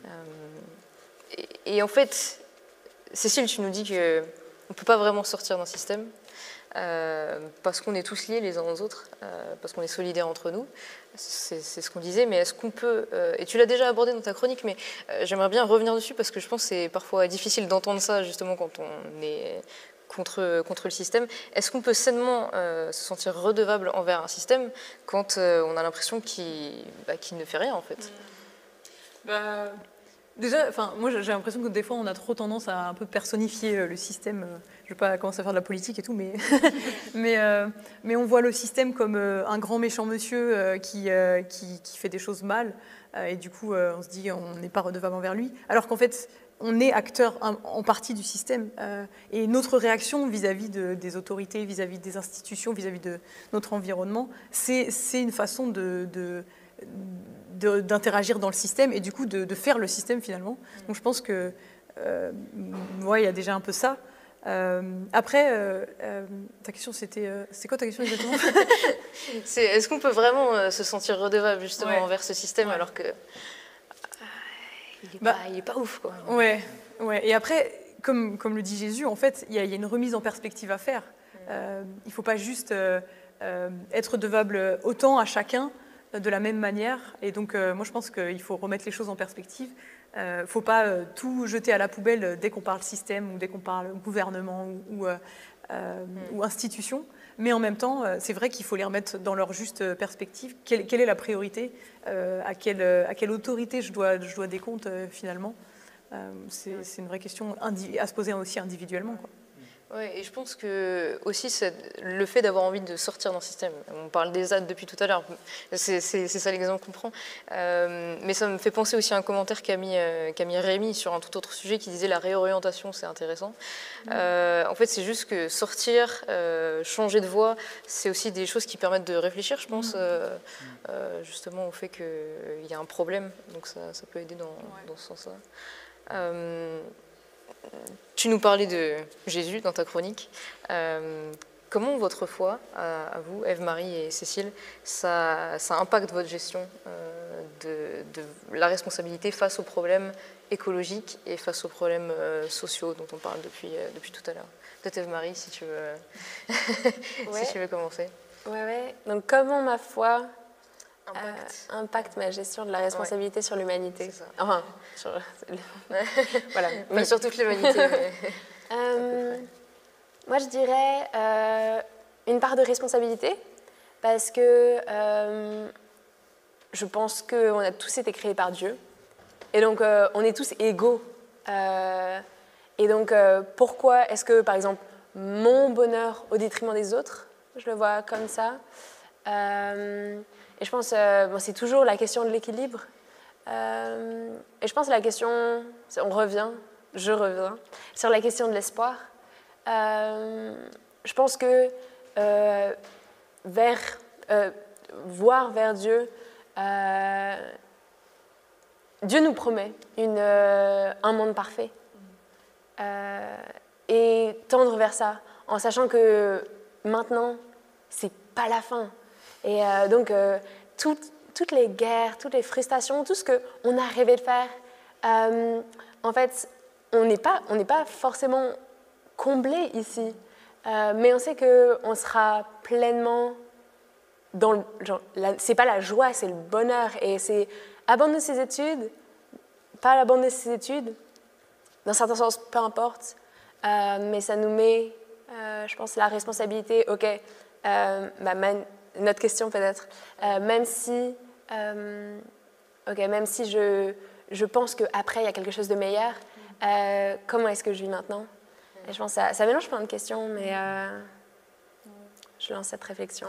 euh, et, et en fait, Cécile, tu nous dis qu'on ne peut pas vraiment sortir d'un système euh, parce qu'on est tous liés les uns aux autres, euh, parce qu'on est solidaires entre nous, c'est, c'est ce qu'on disait, mais est-ce qu'on peut, euh, et tu l'as déjà abordé dans ta chronique, mais euh, j'aimerais bien revenir dessus parce que je pense que c'est parfois difficile d'entendre ça justement quand on est contre, contre le système. Est-ce qu'on peut sainement euh, se sentir redevable envers un système quand euh, on a l'impression qu'il, bah, qu'il ne fait rien en fait?
mmh. bah, Déjà, enfin, moi j'ai l'impression que des fois on a trop tendance à un peu personnifier le système. Je ne vais pas commencer à faire de la politique et tout, mais, mais, euh, mais on voit le système comme euh, un grand méchant monsieur euh, qui, euh, qui, qui fait des choses mal. Euh, et du coup, euh, on se dit on n'est pas redevable envers lui. Alors qu'en fait, on est acteur en partie du système. Euh, et notre réaction vis-à-vis de, des autorités, vis-à-vis des institutions, vis-à-vis de notre environnement, c'est, c'est une façon de... de De, d'interagir dans le système et du coup de, de faire le système finalement. Donc je pense que euh, ouais, il y a déjà un peu ça. Euh, après, euh, euh, ta question c'était, euh, c'est quoi ta question exactement?
c'est, est-ce qu'on peut vraiment euh, se sentir redevable justement ouais. envers ce système ouais. alors que euh, il est bah, pas, il est pas ouf quoi.
Ouais, ouais. Et après, comme comme le dit Jésus, en fait, il y, y a une remise en perspective à faire. Euh, il faut pas juste euh, euh, être redevable autant à chacun de la même manière. Et donc, euh, moi, je pense qu'il faut remettre les choses en perspective. Il euh, ne faut pas euh, tout jeter à la poubelle dès qu'on parle système ou dès qu'on parle gouvernement ou, ou, euh, mm. ou institution. Mais en même temps, c'est vrai qu'il faut les remettre dans leur juste perspective. Quelle, quelle est la priorité euh, à, quelle, à quelle autorité je dois, je dois des comptes, euh, finalement euh, c'est, c'est une vraie question indi- à se poser aussi individuellement, quoi.
Oui, et je pense que aussi c'est le fait d'avoir envie de sortir d'un système. On parle des A D depuis tout à l'heure, c'est, c'est, c'est ça l'exemple qu'on prend. Euh, mais ça me fait penser aussi à un commentaire qu'a mis, euh, qu'a mis Rémi sur un tout autre sujet qui disait la réorientation, c'est intéressant. Mmh. Euh, en fait, c'est juste que sortir, euh, changer de voie, c'est aussi des choses qui permettent de réfléchir, je pense, euh, euh, justement au fait qu'il y a un problème. Donc ça, ça peut aider dans, ouais. dans ce sens-là. Euh, Tu nous parlais de Jésus dans ta chronique. Euh, comment votre foi, à, à vous, Ève-Marie et Cécile, ça, ça impacte votre gestion euh, de, de la responsabilité face aux problèmes écologiques et face aux problèmes euh, sociaux dont on parle depuis, euh, depuis tout à l'heure? Peut-être Ève-Marie, si tu veux,
ouais.
si tu veux commencer.
Ouais, ouais. Donc comment ma foi
Impact.
Euh, impacte ma gestion de la responsabilité ouais. sur l'humanité.
C'est ça.
Enfin, sur...
voilà, pas oui. sur toute l'humanité. Mais...
euh, moi, je dirais euh, une part de responsabilité, parce que euh, je pense qu'on a tous été créés par Dieu, et donc euh, on est tous égaux. Euh, et donc, euh, pourquoi est-ce que, par exemple, mon bonheur au détriment des autres, je le vois comme ça. Euh, Et je pense que euh, bon, c'est toujours la question de l'équilibre. Euh, et je pense que la question, on revient, je reviens, sur la question de l'espoir. euh, je pense que euh, vers, euh, voir vers Dieu, euh, Dieu nous promet une, euh, un monde parfait. Euh, et tendre vers ça, en sachant que maintenant, c'est pas la fin. Et euh, donc, euh, tout, toutes les guerres, toutes les frustrations, tout ce qu'on a rêvé de faire, euh, en fait, on n'est pas, on n'est pas forcément comblé ici, euh, mais on sait qu'on sera pleinement dans le... Genre, la, c'est pas la joie, c'est le bonheur. Et c'est abandonner ses études, pas abandonner ses études, dans certains sens, peu importe, euh, mais ça nous met, euh, je pense, la responsabilité, ok, euh, bah, man, notre question peut-être, euh, même si, euh, ok, même si je, je pense qu'après il y a quelque chose de meilleur, euh, comment est-ce que je vis maintenant? Et je pense que ça, ça mélange plein de questions, mais euh, je lance cette réflexion.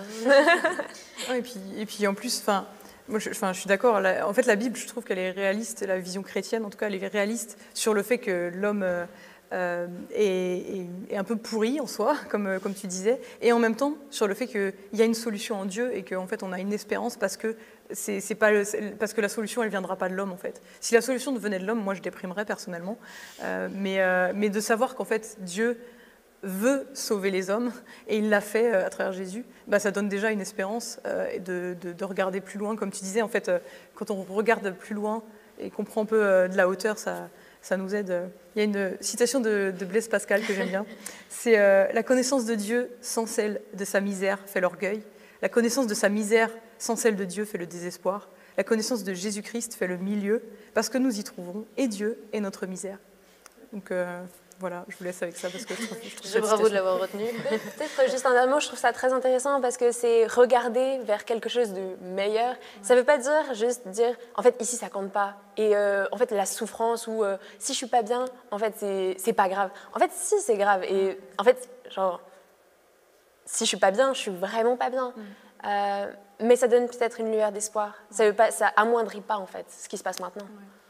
et, puis, et puis en plus, enfin, moi, je, enfin, je suis d'accord. En fait, la Bible, je trouve qu'elle est réaliste, la vision chrétienne, en tout cas, elle est réaliste sur le fait que l'homme euh, est, est, est un peu pourri en soi, comme, comme tu disais, et en même temps sur le fait qu'il y a une solution en Dieu et qu'en fait, on a une espérance parce que c'est, c'est pas le, c'est, parce que la solution, elle viendra pas de l'homme, en fait. Si la solution venait de l'homme, moi, je déprimerais personnellement, euh, mais, euh, mais de savoir qu'en fait, Dieu veut sauver les hommes, et il l'a fait euh, à travers Jésus, bah, ça donne déjà une espérance euh, et de, de, de regarder plus loin. Comme tu disais, en fait, euh, quand on regarde plus loin et qu'on prend un peu euh, de la hauteur, ça, ça nous aide. Il y a une citation de, de Blaise Pascal que j'aime bien. C'est euh, « La connaissance de Dieu sans celle de sa misère fait l'orgueil. La connaissance de sa misère sans celle de Dieu fait le désespoir. La connaissance de Jésus-Christ fait le milieu, parce que nous y trouvons et Dieu et notre misère. » Donc, euh, voilà, je vous laisse avec ça parce que je trouve, je trouve
je bravo de l'avoir retenu.
Peut-être juste un dernier mot, je trouve ça très intéressant parce que c'est regarder vers quelque chose de meilleur. Ouais. Ça ne veut pas dire juste dire, en fait, ici, ça compte pas. Et euh, en fait, la souffrance ou euh, si je suis pas bien, en fait, c'est, c'est pas grave. En fait, si, c'est grave. Et en fait, genre, si je suis pas bien, je suis vraiment pas bien. Mm. Euh, mais ça donne peut-être une lueur d'espoir. Ça veut pas, ça amoindrit pas, en fait, ce qui se passe maintenant.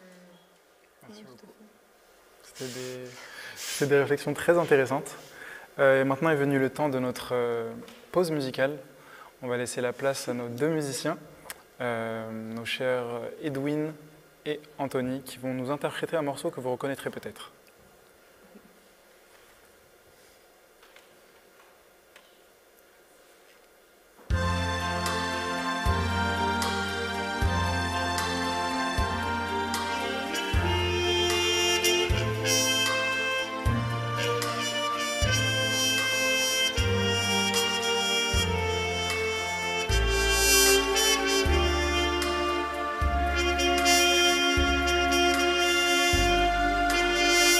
Ouais.
Merci beaucoup. C'était des... C'est des réflexions très intéressantes. Euh, et maintenant est venu le temps de notre euh, pause musicale. On va laisser la place à nos deux musiciens, euh, nos chers Edwin et Anthony, qui vont nous interpréter un morceau que vous reconnaîtrez peut-être.
Thank you.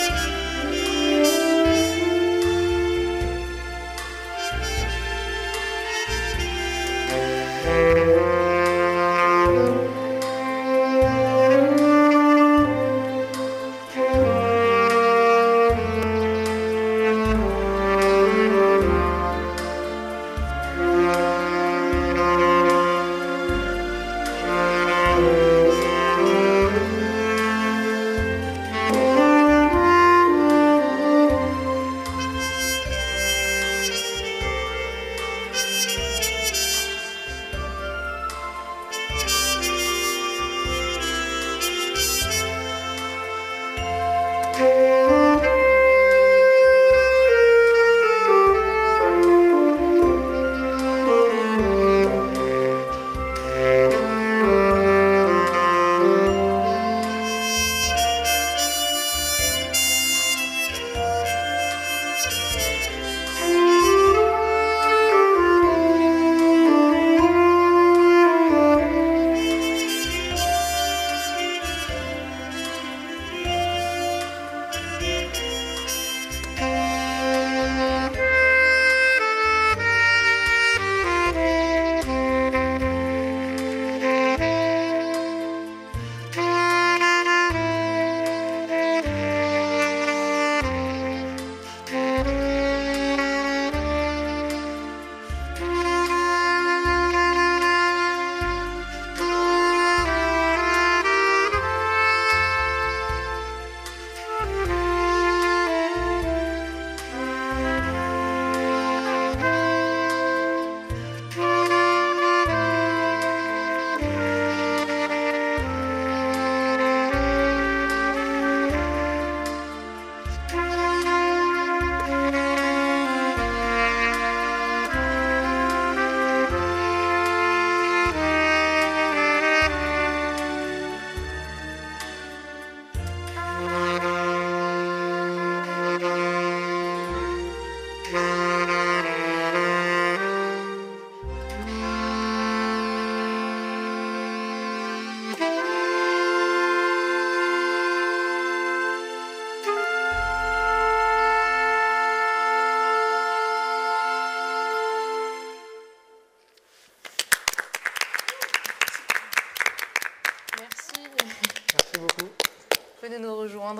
moindre.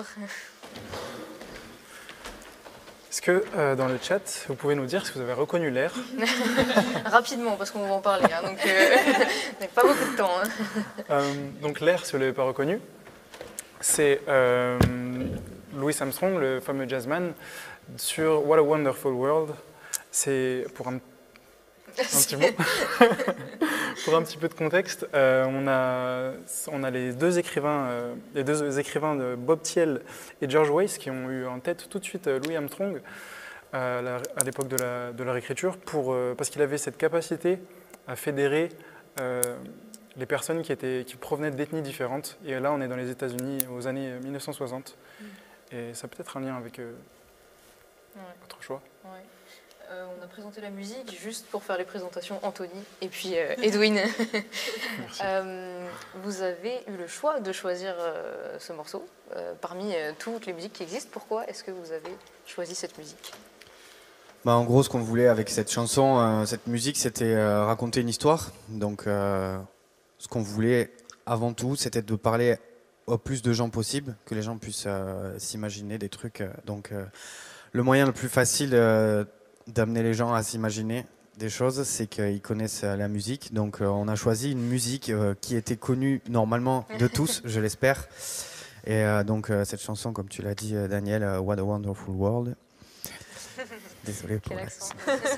Est-ce que euh, dans le chat, vous pouvez nous dire si vous avez reconnu l'air?
Rapidement, parce qu'on va en parler, hein, donc euh, on n'a pas beaucoup de temps. Hein.
Euh, donc l'air, si vous ne l'avez pas reconnu, c'est euh, Louis Armstrong, le fameux jazzman, sur What a Wonderful World. C'est pour un, un petit mot. Pour un petit peu de contexte, euh, on, a, on a les deux écrivains, euh, les deux écrivains de Bob Thiel et George Weiss qui ont eu en tête tout de suite Louis Armstrong à, la, à l'époque de, la, de leur écriture, pour, euh, parce qu'il avait cette capacité à fédérer euh, les personnes qui, étaient, qui provenaient d'ethnies différentes. Et là, on est dans les États-Unis aux années mille neuf cent soixante. Mm. Et ça peut être un lien avec euh, ouais. votre choix.
Ouais. Euh, on a présenté la musique juste pour faire les présentations Anthony et puis euh, Edwin. euh, vous avez eu le choix de choisir euh, ce morceau euh, parmi euh, toutes les musiques qui existent. Pourquoi est-ce que vous avez choisi cette musique?
Bah, en gros, ce qu'on voulait avec cette chanson, euh, cette musique, c'était euh, raconter une histoire. Donc, euh, ce qu'on voulait avant tout, c'était de parler au plus de gens possible, que les gens puissent euh, s'imaginer des trucs. Euh, donc, euh, le moyen le plus facile euh, d'amener les gens à s'imaginer des choses, c'est qu'ils connaissent la musique. Donc, euh, on a choisi une musique euh, qui était connue normalement de tous, je l'espère. Et euh, donc, euh, cette chanson, comme tu l'as dit, Daniel, uh, What a Wonderful World. Désolé pour l'accent.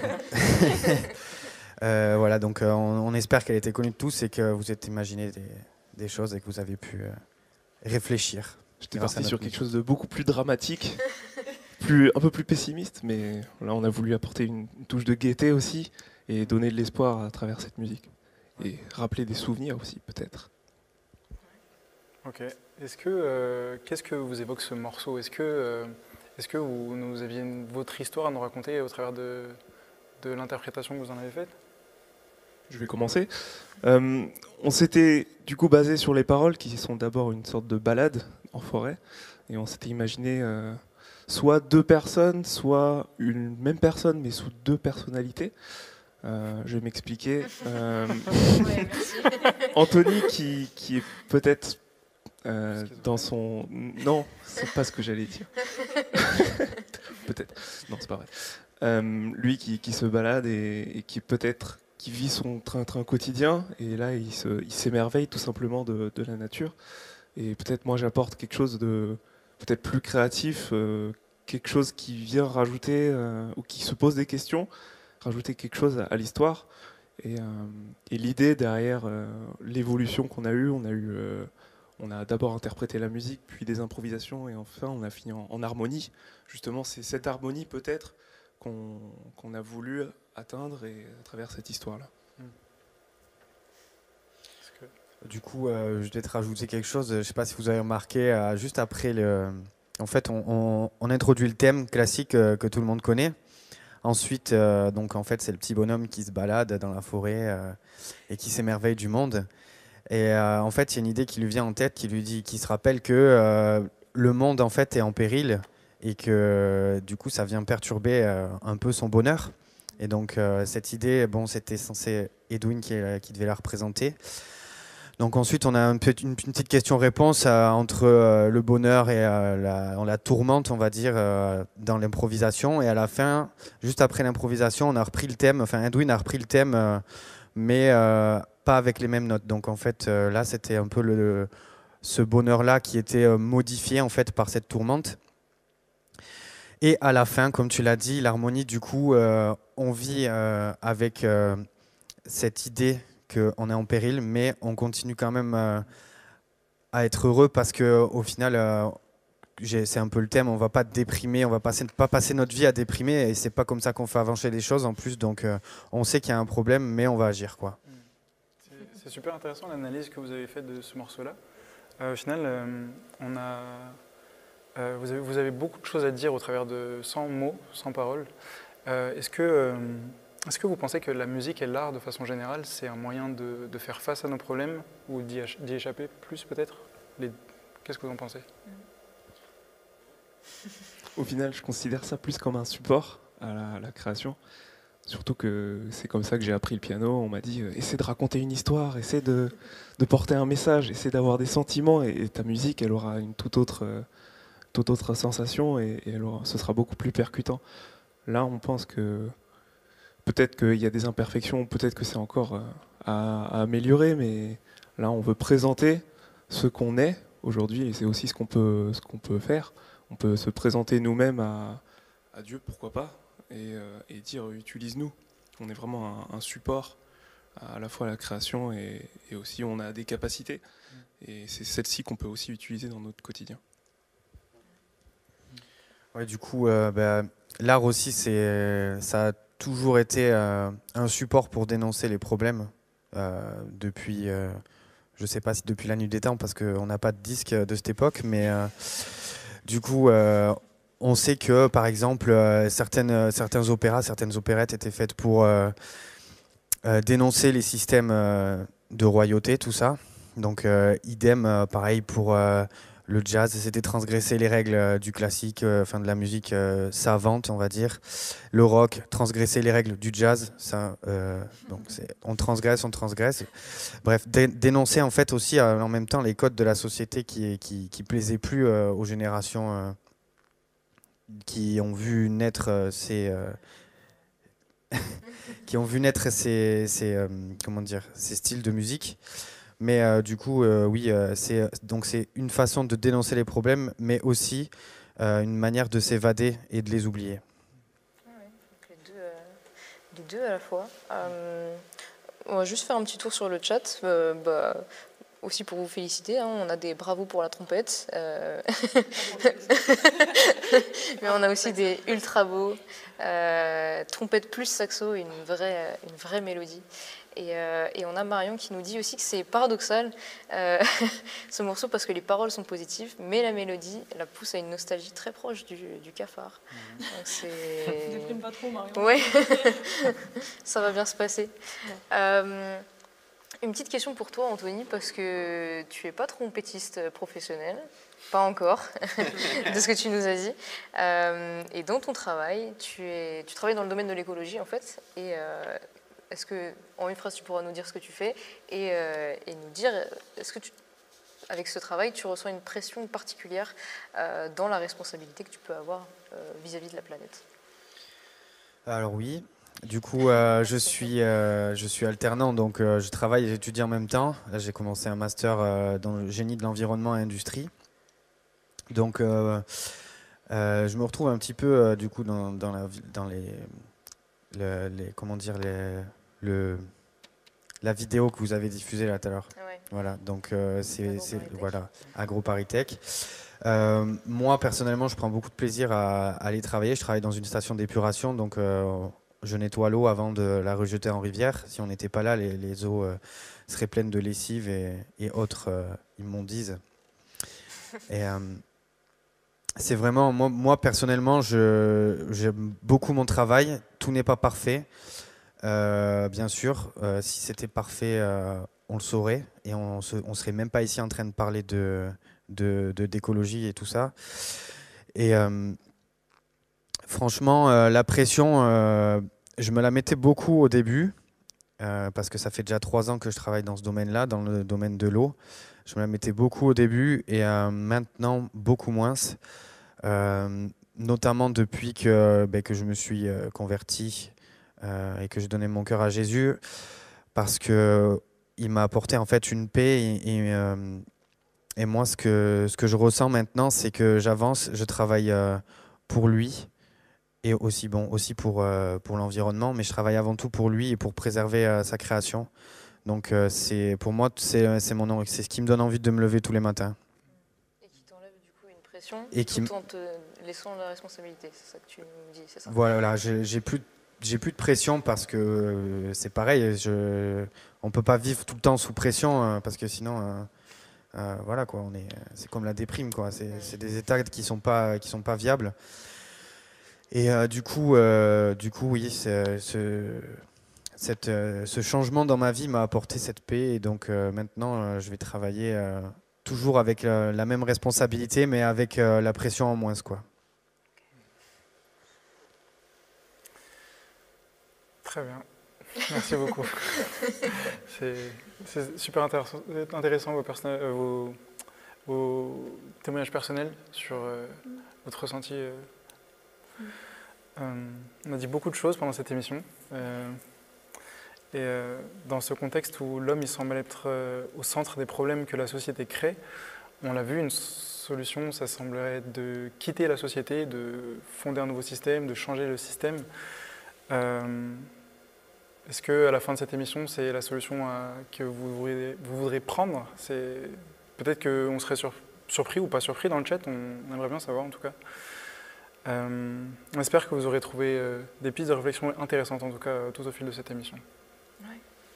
euh, voilà, donc euh, on, on espère qu'elle était connue de tous et que vous êtes imaginé des, des choses et que vous avez pu euh, réfléchir.
J'étais parti sur quelque chose de beaucoup plus dramatique, plus, un peu plus pessimiste, mais là on a voulu apporter une, une touche de gaieté aussi et donner de l'espoir à travers cette musique. Et rappeler des souvenirs aussi, peut-être.
Ok. Est-ce que, euh, qu'est-ce que vous évoque ce morceau? Est-ce que... Euh Est-ce que vous, vous aviez une, votre histoire à nous raconter au travers de, de l'interprétation que vous en avez faite?
Je vais commencer. Euh, on s'était du coup basé sur les paroles qui sont d'abord une sorte de ballade en forêt. Et on s'était imaginé euh, soit deux personnes, soit une même personne mais sous deux personnalités. Euh, je vais m'expliquer. Euh,
ouais,
Anthony qui, qui est peut-être... Euh, dans son... Non, c'est pas ce que j'allais dire. Peut-être. Non, c'est pas vrai. Euh, lui qui, qui se balade et, et qui peut-être qui vit son train-train quotidien et là il, se, il s'émerveille tout simplement de, de la nature. Et peut-être moi j'apporte quelque chose de peut-être plus créatif, euh, quelque chose qui vient rajouter euh, ou qui se pose des questions, rajouter quelque chose à, à l'histoire. Et, euh, et l'idée derrière euh, l'évolution qu'on a eue, on a eu... Euh, On a d'abord interprété la musique, puis des improvisations, et enfin on a fini en, en harmonie. Justement, c'est cette harmonie peut-être qu'on, qu'on a voulu atteindre et, à travers cette histoire-là.
Du coup, euh, je vais te rajouter quelque chose. Je ne sais pas si vous avez remarqué, euh, juste après, le... en fait, on, on, on introduit le thème classique euh, que tout le monde connaît. Ensuite, euh, donc en fait, c'est le petit bonhomme qui se balade dans la forêt euh, et qui s'émerveille du monde. Et euh, en fait, il y a une idée qui lui vient en tête, qui lui dit, qui se rappelle que euh, le monde en fait est en péril et que du coup, ça vient perturber euh, un peu son bonheur. Et donc euh, cette idée, bon, c'était censé Edwin qui, qui devait la représenter. Donc ensuite, on a un peu, une, une petite question-réponse euh, entre euh, le bonheur et euh, la, la tourmente, on va dire, euh, dans l'improvisation. Et à la fin, juste après l'improvisation, on a repris le thème. Enfin, Edwin a repris le thème, euh, mais euh, pas avec les mêmes notes. Donc en fait, euh, là, c'était un peu le, ce bonheur-là qui était euh, modifié en fait par cette tourmente. Et à la fin, comme tu l'as dit, l'harmonie, du coup, euh, on vit euh, avec euh, cette idée qu'on est en péril, mais on continue quand même euh, à être heureux parce qu'au final, euh, c'est un peu le thème, on ne va pas déprimer, on ne va passer, pas passer notre vie à déprimer et ce n'est pas comme ça qu'on fait avancer les choses en plus. Donc euh, on sait qu'il y a un problème, mais on va agir, quoi.
C'est, c'est super intéressant l'analyse que vous avez faite de ce morceau-là. Euh, au final, euh, on a, euh, vous, avez, vous avez beaucoup de choses à dire au travers de cent mots, cent paroles. Euh, est-ce que... Euh, Est-ce que vous pensez que la musique et l'art, de façon générale, c'est un moyen de, de faire face à nos problèmes ou d'y, d'y échapper plus, peut-être? Les... Qu'est-ce que vous en pensez?
Au final, je considère ça plus comme un support à la, à la création. Surtout que c'est comme ça que j'ai appris le piano. On m'a dit, euh, essaie de raconter une histoire, essaie de, de porter un message, essaie d'avoir des sentiments, et, et ta musique, elle aura une toute autre, euh, toute autre sensation et, et alors, ce sera beaucoup plus percutant. Là, on pense que peut-être qu'il y a des imperfections, peut-être que c'est encore euh, à, à améliorer, mais là, on veut présenter ce qu'on est aujourd'hui et c'est aussi ce qu'on peut, ce qu'on peut faire. On peut se présenter nous-mêmes à, à Dieu, pourquoi pas, et, euh, et dire utilise-nous. On est vraiment un, un support à la fois à la création et, et aussi on a des capacités. Et c'est celles-ci qu'on peut aussi utiliser dans notre quotidien.
Ouais, du coup, euh, bah, l'art aussi, c'est, ça a toujours été euh, un support pour dénoncer les problèmes euh, depuis, euh, je ne sais pas si depuis la nuit des temps, parce qu'on n'a pas de disque de cette époque, mais euh, du coup, euh, on sait que, par exemple, euh, certaines, certains opéras, certaines opérettes étaient faites pour euh, euh, dénoncer les systèmes euh, de royauté, tout ça. Donc, euh, idem, euh, pareil pour euh, le jazz, c'était transgresser les règles euh, du classique, euh, enfin de la musique euh, savante, on va dire. Le rock, transgresser les règles du jazz, ça, euh, donc c'est, on transgresse, on transgresse. Bref, dé- dénoncer en fait aussi euh, en même temps les codes de la société qui, qui, qui plaisaient plus euh, aux générations euh, qui ont vu naître euh, ces... Euh, qui ont vu naître ces, ces, euh, comment dire, ces styles de musique. Mais euh, du coup, euh, oui, euh, c'est, donc c'est une façon de dénoncer les problèmes, mais aussi euh, une manière de s'évader et de les oublier.
Ah ouais, donc les, deux, euh, les deux à la fois. Euh, on va juste faire un petit tour sur le chat. Euh, bah, aussi pour vous féliciter, hein, on a des bravos pour la trompette. Euh... Mais on a aussi des ultra beaux. Euh, trompette plus saxo, une vraie, une vraie mélodie. Et, euh, et on a Marion qui nous dit aussi que c'est paradoxal euh, ce morceau parce que les paroles sont positives, mais la mélodie la pousse à une nostalgie très proche du, du cafard.
Mmh.
Donc c'est...
Déprime pas trop, Marion.
Oui, ça va bien se passer. Ouais. Euh, une petite question pour toi, Anthony, parce que tu n'es pas trompettiste professionnel, pas encore, de ce que tu nous as dit. Euh, et dans ton travail, tu, es, tu travailles dans le domaine de l'écologie, en fait, et... Euh, est-ce que, en une phrase, tu pourras nous dire ce que tu fais et, euh, et nous dire, est-ce que tu, avec ce travail, tu ressens une pression particulière euh, dans la responsabilité que tu peux avoir euh, vis-à-vis de la planète?
Alors oui, du coup, euh, je, suis, euh, je suis alternant, donc euh, je travaille et j'étudie en même temps. Là, j'ai commencé un master euh, dans le génie de l'environnement et industrie. Donc, euh, euh, je me retrouve un petit peu, euh, du coup, dans, dans, la, dans les, le, les, comment dire, les... Le, la vidéo que vous avez diffusée là tout à l'heure. Ouais. Voilà, donc euh, c'est, c'est voilà, AgroParisTech. Euh, moi personnellement, je prends beaucoup de plaisir à, à aller travailler. Je travaille dans une station d'épuration, donc euh, je nettoie l'eau avant de la rejeter en rivière. Si on n'était pas là, les, les eaux euh, seraient pleines de lessive et, et autres euh, immondices. Et euh, c'est vraiment, moi, moi personnellement, je, j'aime beaucoup mon travail. Tout n'est pas parfait. Euh, bien sûr, euh, si c'était parfait, euh, on le saurait et on ne serait même pas ici en train de parler de, de, de, d'écologie et tout ça. Et euh, franchement, euh, la pression, euh, je me la mettais beaucoup au début euh, parce que ça fait déjà trois ans que je travaille dans ce domaine-là, dans le domaine de l'eau. Je me la mettais beaucoup au début et euh, maintenant beaucoup moins, euh, notamment depuis que, ben, que je me suis euh, converti. Euh, et que je donnais mon cœur à Jésus parce que il m'a apporté en fait une paix et, et, euh, et moi ce que, ce que je ressens maintenant c'est que j'avance, je travaille euh, pour lui et aussi, bon, aussi pour, euh, pour l'environnement, mais je travaille avant tout pour lui et pour préserver euh, sa création. Donc euh, c'est, pour moi c'est, c'est, mon, c'est ce qui me donne envie de me lever tous les matins.
Et qui t'enlève du coup une pression
et
tout
qui...
en te laissant la responsabilité, c'est ça que tu nous dis, c'est ça?
Voilà, j'ai, j'ai plus J'ai plus de pression parce que euh, c'est pareil, je, on ne peut pas vivre tout le temps sous pression euh, parce que sinon, euh, euh, voilà quoi, on est, c'est comme la déprime quoi, c'est, c'est des états qui ne sont pas, qui sont pas viables. Et euh, du coup, euh, du coup, oui, c'est, ce, cette, euh, ce changement dans ma vie m'a apporté cette paix et donc euh, maintenant, euh, je vais travailler euh, toujours avec la, la même responsabilité, mais avec euh, la pression en moins quoi.
Très bien, merci beaucoup. c'est, c'est super intéressant, intéressant vos, person- vos, vos témoignages personnels sur euh, votre ressenti. Euh, euh, on a dit beaucoup de choses pendant cette émission. Euh, et euh, dans ce contexte où l'homme il semble être euh, au centre des problèmes que la société crée, on l'a vu, une solution, ça semblerait être de quitter la société, de fonder un nouveau système, de changer le système. Euh, Est-ce qu'à la fin de cette émission, c'est la solution à, que vous voudrez, vous voudrez prendre? Peut-être qu'on serait sur, surpris ou pas surpris dans le chat, on, on aimerait bien savoir en tout cas. Euh, on espère que vous aurez trouvé euh, des pistes de réflexion intéressantes en tout cas tout au fil de cette émission.
Ouais.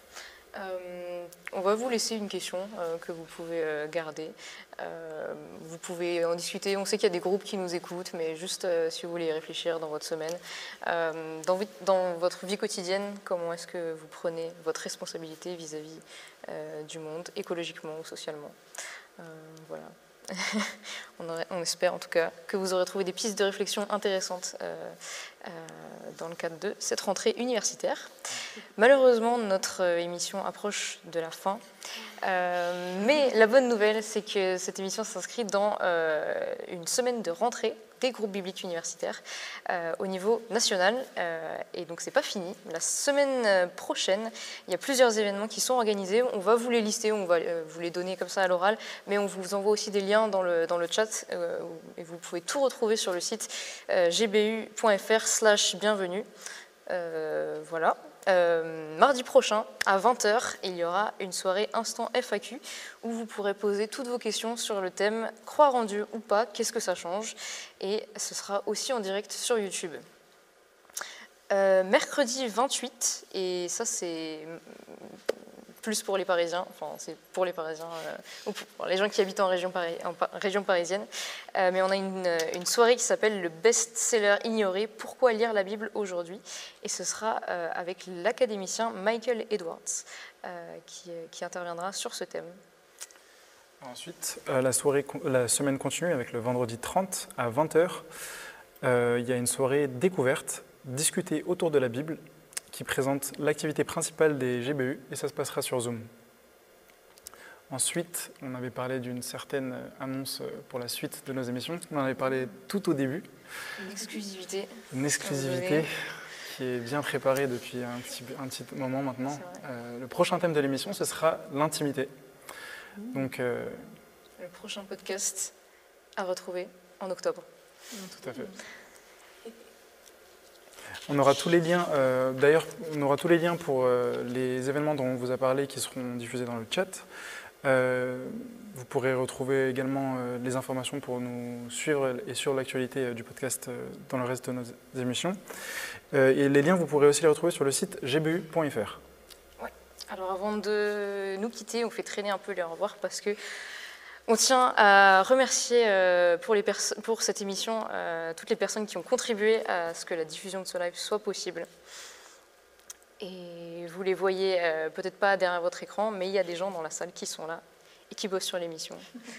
Euh, on va vous laisser une question euh, que vous pouvez euh, garder. Euh, vous pouvez en discuter. On sait qu'il y a des groupes qui nous écoutent, mais juste euh, si vous voulez y réfléchir dans votre semaine. Euh, dans, dans votre vie quotidienne, comment est-ce que vous prenez votre responsabilité vis-à-vis euh, du monde, écologiquement ou socialement? euh, Voilà. on, aurait, on espère en tout cas que vous aurez trouvé des pistes de réflexion intéressantes euh, euh, dans le cadre de cette rentrée universitaire. Malheureusement, notre émission approche de la fin, euh, mais la bonne nouvelle, c'est que cette émission s'inscrit dans euh, une semaine de rentrée des groupes bibliques universitaires euh, au niveau national, euh, et donc c'est pas fini. La semaine prochaine, il y a plusieurs événements qui sont organisés. On va vous les lister, on va euh, vous les donner comme ça à l'oral, mais on vous envoie aussi des liens dans le, dans le chat, euh, et vous pouvez tout retrouver sur le site euh, g b u point f r slash bienvenue. Euh, voilà. Euh, mardi prochain, à vingt heures, il y aura une soirée Instant F A Q où vous pourrez poser toutes vos questions sur le thème « Croire en Dieu ou pas, qu'est-ce que ça change ?» Et ce sera aussi en direct sur YouTube. Euh, mercredi vingt-huit, et ça c'est plus pour les Parisiens, enfin c'est pour les Parisiens, euh, ou pour les gens qui habitent en région, pari en pa région parisienne, euh, mais on a une, une soirée qui s'appelle le best-seller ignoré, pourquoi lire la Bible aujourd'hui, et ce sera euh, avec l'académicien Michael Edwards euh, qui, qui interviendra sur ce thème.
Ensuite, euh, la, soirée, la semaine continue avec le vendredi trente à vingt heures. Euh, il y a une soirée découverte, discuter autour de la Bible, qui présente l'activité principale des G B U, et ça se passera sur Zoom. Ensuite, on avait parlé d'une certaine annonce pour la suite de nos émissions. On en avait parlé tout au début.
Une exclusivité.
Une exclusivité qui est bien préparée depuis un petit, un petit moment maintenant. Euh, le prochain thème de l'émission, ce sera l'intimité. Donc, euh...
le prochain podcast à retrouver en octobre.
Tout à fait. On aura tous les liens, euh, d'ailleurs, on aura tous les liens pour euh, les événements dont on vous a parlé qui seront diffusés dans le chat. Euh, vous pourrez retrouver également euh, les informations pour nous suivre et sur l'actualité euh, du podcast euh, dans le reste de nos émissions. Euh, et les liens, vous pourrez aussi les retrouver sur le site g b u point f r.
Ouais. Alors avant de nous quitter, on fait traîner un peu les au revoir parce que on tient à remercier euh, pour, les pour cette émission euh, toutes les personnes qui ont contribué à ce que la diffusion de ce live soit possible. Et vous les voyez euh, peut-être pas derrière votre écran, mais il y a des gens dans la salle qui sont là et qui bossent sur l'émission.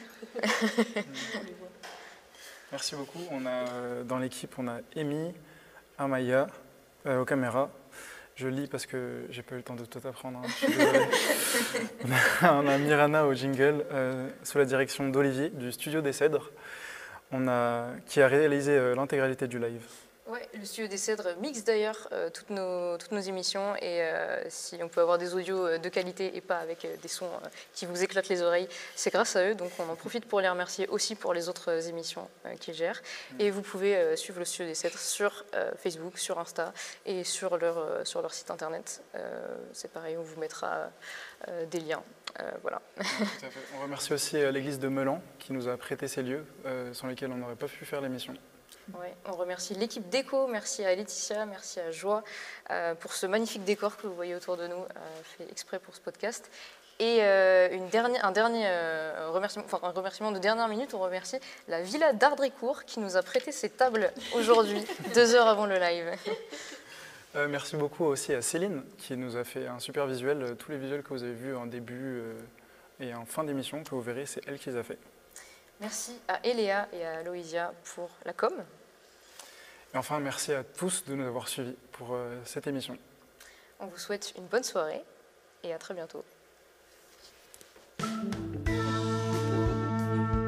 Merci beaucoup. On a, dans l'équipe, on a Amy, Amaya, euh, aux caméras. Je lis parce que j'ai pas eu le temps de tout apprendre. Hein. Je suis désolé. on, a, on a Mirana au jingle, euh, sous la direction d'Olivier du Studio des Cèdres, on a, qui a réalisé euh, l'intégralité du live.
Oui, le Studio des Cèdres mixe d'ailleurs euh, toutes, nos, toutes nos émissions, et euh, si on peut avoir des audios de qualité et pas avec euh, des sons euh, qui vous éclatent les oreilles, c'est grâce à eux, donc on en profite pour les remercier aussi pour les autres émissions euh, qu'ils gèrent. Et vous pouvez euh, suivre le Studio des Cèdres sur euh, Facebook, sur Insta et sur leur, euh, sur leur site internet. Euh, c'est pareil, on vous mettra euh, des liens. Euh, voilà.
Tout à fait. On remercie aussi euh, l'église de Melan qui nous a prêté ces lieux euh, sans lesquels on n'aurait pas pu faire l'émission.
Ouais, on remercie l'équipe déco, merci à Laetitia, merci à Joie euh, pour ce magnifique décor que vous voyez autour de nous, euh, fait exprès pour ce podcast. Et euh, une dernière, un dernier euh, remerciement, enfin un remerciement de dernière minute, on remercie la Villa d'Ardrécourt qui nous a prêté ses tables aujourd'hui, deux heures avant le live.
Euh, merci beaucoup aussi à Céline qui nous a fait un super visuel. Tous les visuels que vous avez vus en début euh, et en fin d'émission, que vous verrez, c'est elle qui les a fait.
Merci à Eléa et à Loïsia pour la com.
Et enfin, merci à tous de nous avoir suivis pour euh, cette émission.
On vous souhaite une bonne soirée et à très bientôt.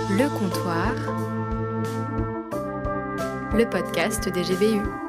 Le comptoir, le podcast des G B U.